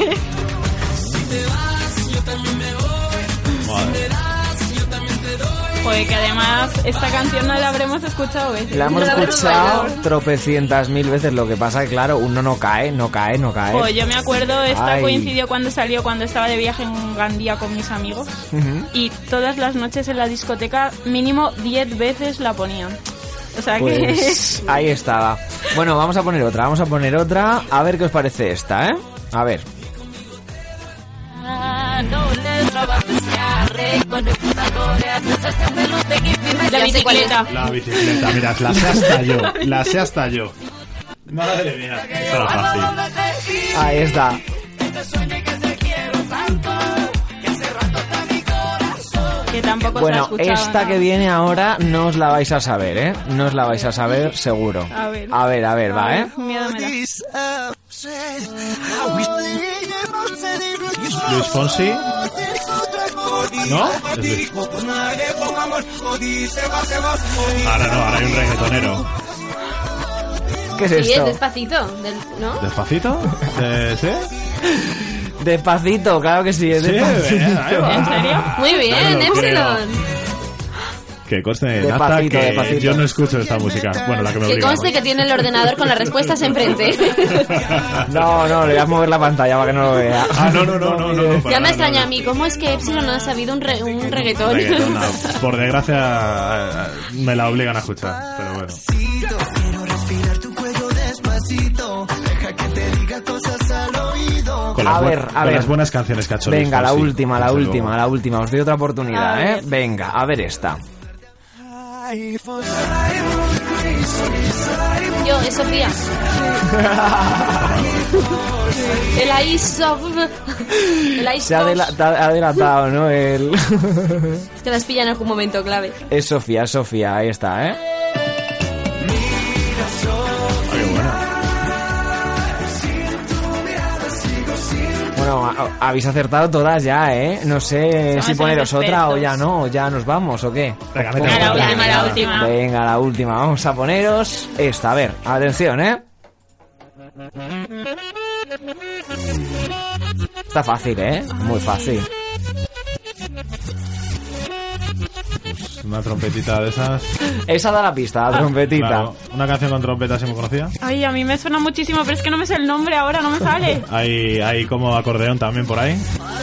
Joder, que además esta canción no la habremos escuchado veces. La hemos La habremos escuchado bailado. tropecientas mil veces. Lo que pasa es que, claro, uno no cae. Joder, yo me acuerdo, esta Ay. coincidió cuando salió, cuando estaba de viaje en Gandía con mis amigos. Ujú. Y todas las noches en la discoteca, mínimo 10 veces la ponían. O sea Pues ahí estaba. Bueno, vamos a poner otra. A ver qué os parece esta, A ver. La bicicleta. La bicicleta, mira, la sé hasta yo. Madre mía, esto era fácil. Ahí está. Que tampoco Bueno, se ha escuchado esta nada. que viene ahora no os la vais a saber, No os la vais a saber seguro. A ver. A ver, va, Miedo me da. Luis Fonsi. ¿No? Es Luis. Ahora no, ahora hay un reggaetonero. ¿Qué es Sí, esto? es Despacito, ¿no? ¿Despacito? ¿Sí? Despacito, claro que sí, es Sí, Despacito. ahí va. ¿En serio? Muy bien, No lo Epsilon. Que conste, Despacito, Nata, que despacito. yo no escucho esta música. Bueno, la que me Que obliga. conste que tiene el ordenador con las respuestas enfrente. No, le voy a mover la pantalla para que no lo vea. Ah, no. Ya me extraña a mí, ¿cómo es que Epsilon no ha sabido un reggaetón? Reggaetón, no. Por desgracia, me la obligan a escuchar. Pero bueno. Quiero respirar tu cuello despacito. Deja que te diga cosas al oído. Con las buenas canciones que ha hecho Venga, Luis la Fonsi, última. desde luego. Os doy otra oportunidad, A ¿eh? ver. Venga, a ver esta. Yo, es Sofía. El ISO. El Se ha ISO. adelantado, ¿no? El... Te las pilla en algún momento clave. Es Sofía, ahí está, ¿eh? Bueno, habéis acertado todas ya, ¿eh? No sé si Somos poneros otra expertos. o ya no, o ya nos vamos, ¿o qué? Venga, La última. Venga, la última. Vamos a poneros esta. A ver, atención, ¿eh? Está fácil, ¿eh? Muy fácil. Una trompetita de esas. Esa da la pista, la trompetita. Claro, una canción con trompeta así muy conocida. Ay, a mí me suena muchísimo, pero es que no me sé el nombre ahora, no me sale. Hay como acordeón también por ahí.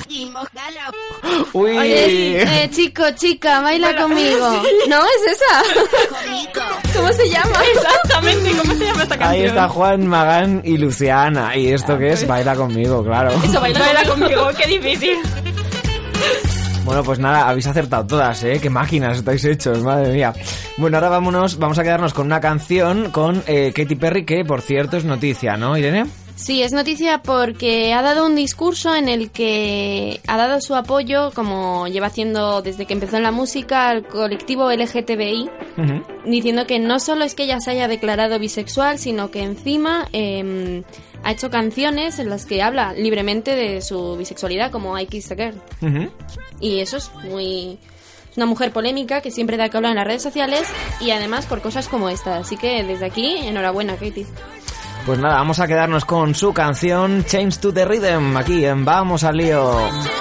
Uy. Oye, chico, chica, baila conmigo. No, es esa. ¿Cómo se llama? Exactamente, ¿cómo se llama esta canción? Ahí está Juan Magán y Luciana. ¿Y esto qué es? Baila conmigo, claro. Eso, baila conmigo, qué difícil. Bueno, pues nada, habéis acertado todas, ¿eh? Qué máquinas estáis hechos, madre mía. Bueno, ahora vamos a quedarnos con una canción con Katy Perry, que por cierto es noticia, ¿no, Irene? Sí, es noticia porque ha dado un discurso en el que ha dado su apoyo, como lleva haciendo desde que empezó en la música, al colectivo LGTBI, diciendo que no solo es que ella se haya declarado bisexual, sino que encima ha hecho canciones en las que habla libremente de su bisexualidad, como I Kissed a Girl. Y eso es es una mujer polémica que siempre da que hablar en las redes sociales y además por cosas como esta. Así que desde aquí, enhorabuena, Katy. Pues nada, vamos a quedarnos con su canción Change to the Rhythm, aquí en Vamos al Lío.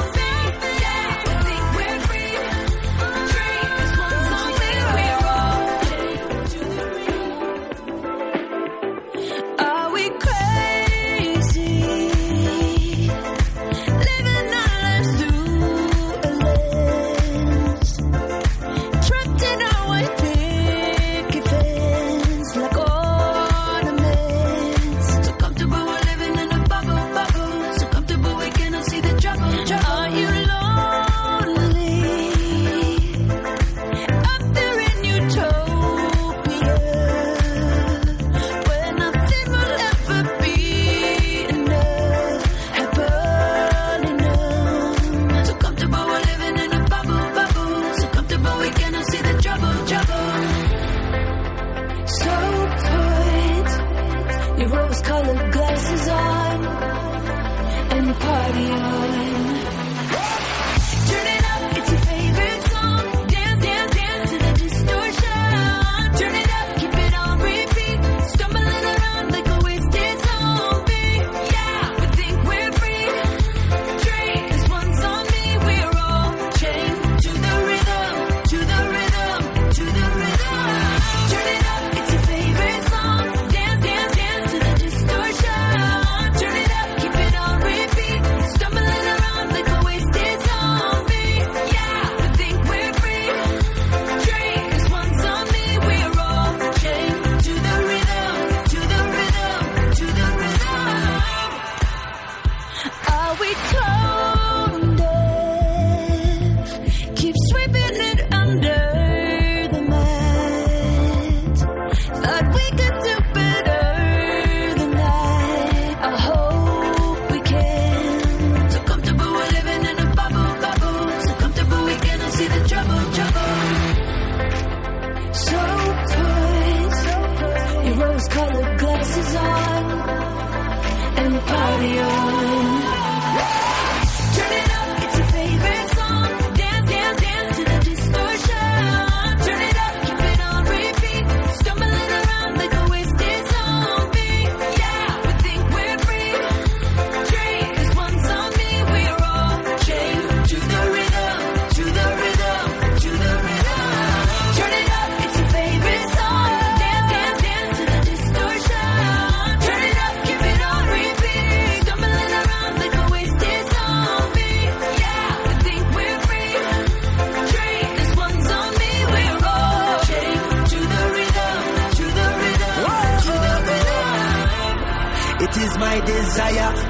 Are we crazy? Living our lives through a lens, trapped in our white picket fence, like ornaments. So comfortable we're living in a bubble, so comfortable we cannot see the trouble.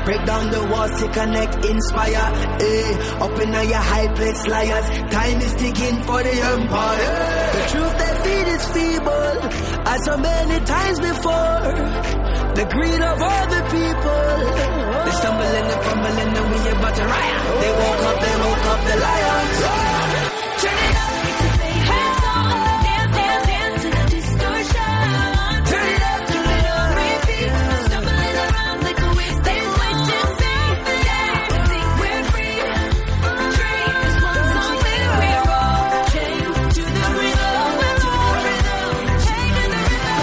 Break down the walls to connect, inspire. Up in your high place, liars. Time is ticking for the empire. The truth they feed is feeble, as so many times before. The greed of other people. They stumbling and fumbling and we about to riot. They woke up the lions. Turn it up, hands up, dance to the distortion. Turn it up, do it on repeat. Stumbling around like a wasted sea. Yeah, we think we're free. Dream is one song we're all chained to the rhythm, chained to the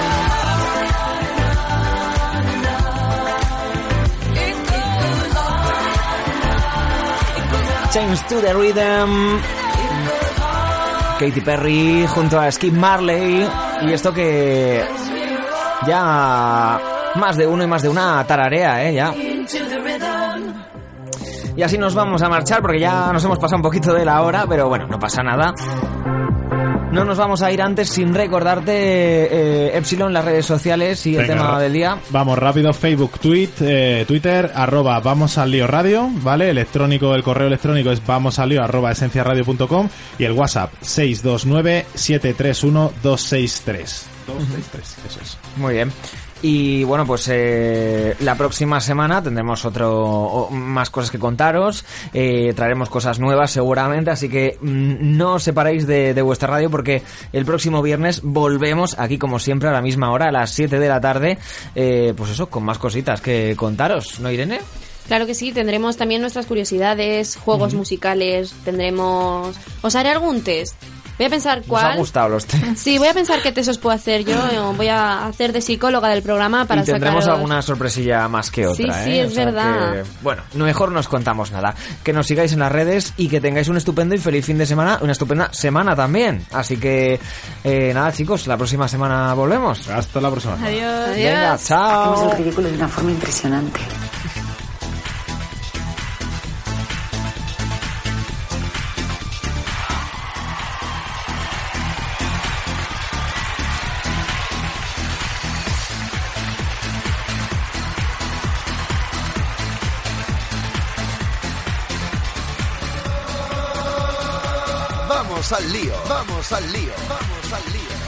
Change to the Rhythm, Katy Perry junto a Skip Marley, y esto que ya más de uno y más de una tararea, ya. Y así nos vamos a marchar porque ya nos hemos pasado un poquito de la hora, pero bueno, no pasa nada. No nos vamos a ir antes sin recordarte, Epsilon, las redes sociales y el tema del día. Vamos rápido, Facebook, Twitter, @Vamos al Lío Radio, ¿vale? El correo electrónico es vamosalio@esenciaradio.com y el WhatsApp 629-731-263. 263, eso es. Muy bien. Y bueno, pues la próxima semana tendremos más cosas que contaros, traeremos cosas nuevas seguramente, así que no os separéis de vuestra radio porque el próximo viernes volvemos aquí como siempre a la misma hora, a las 7 de la tarde, pues eso, con más cositas que contaros, ¿no, Irene? Claro que sí, tendremos también nuestras curiosidades, juegos musicales, os haré algún test. Voy a pensar cuál. Nos ha gustado los test. Sí, voy a pensar qué tesos puedo hacer yo. Voy a hacer de psicóloga del programa para sacar. Y tendremos alguna sorpresilla más que otra. Sí, es verdad. Que, bueno, mejor no os contamos nada. Que nos sigáis en las redes y que tengáis un estupendo y feliz fin de semana, una estupenda semana también. Así que, nada, chicos, la próxima semana volvemos. Hasta la próxima. Adiós. Venga, chao. Hacemos el ridículo de una forma impresionante. Vamos al lío, vamos al lío, vamos al lío.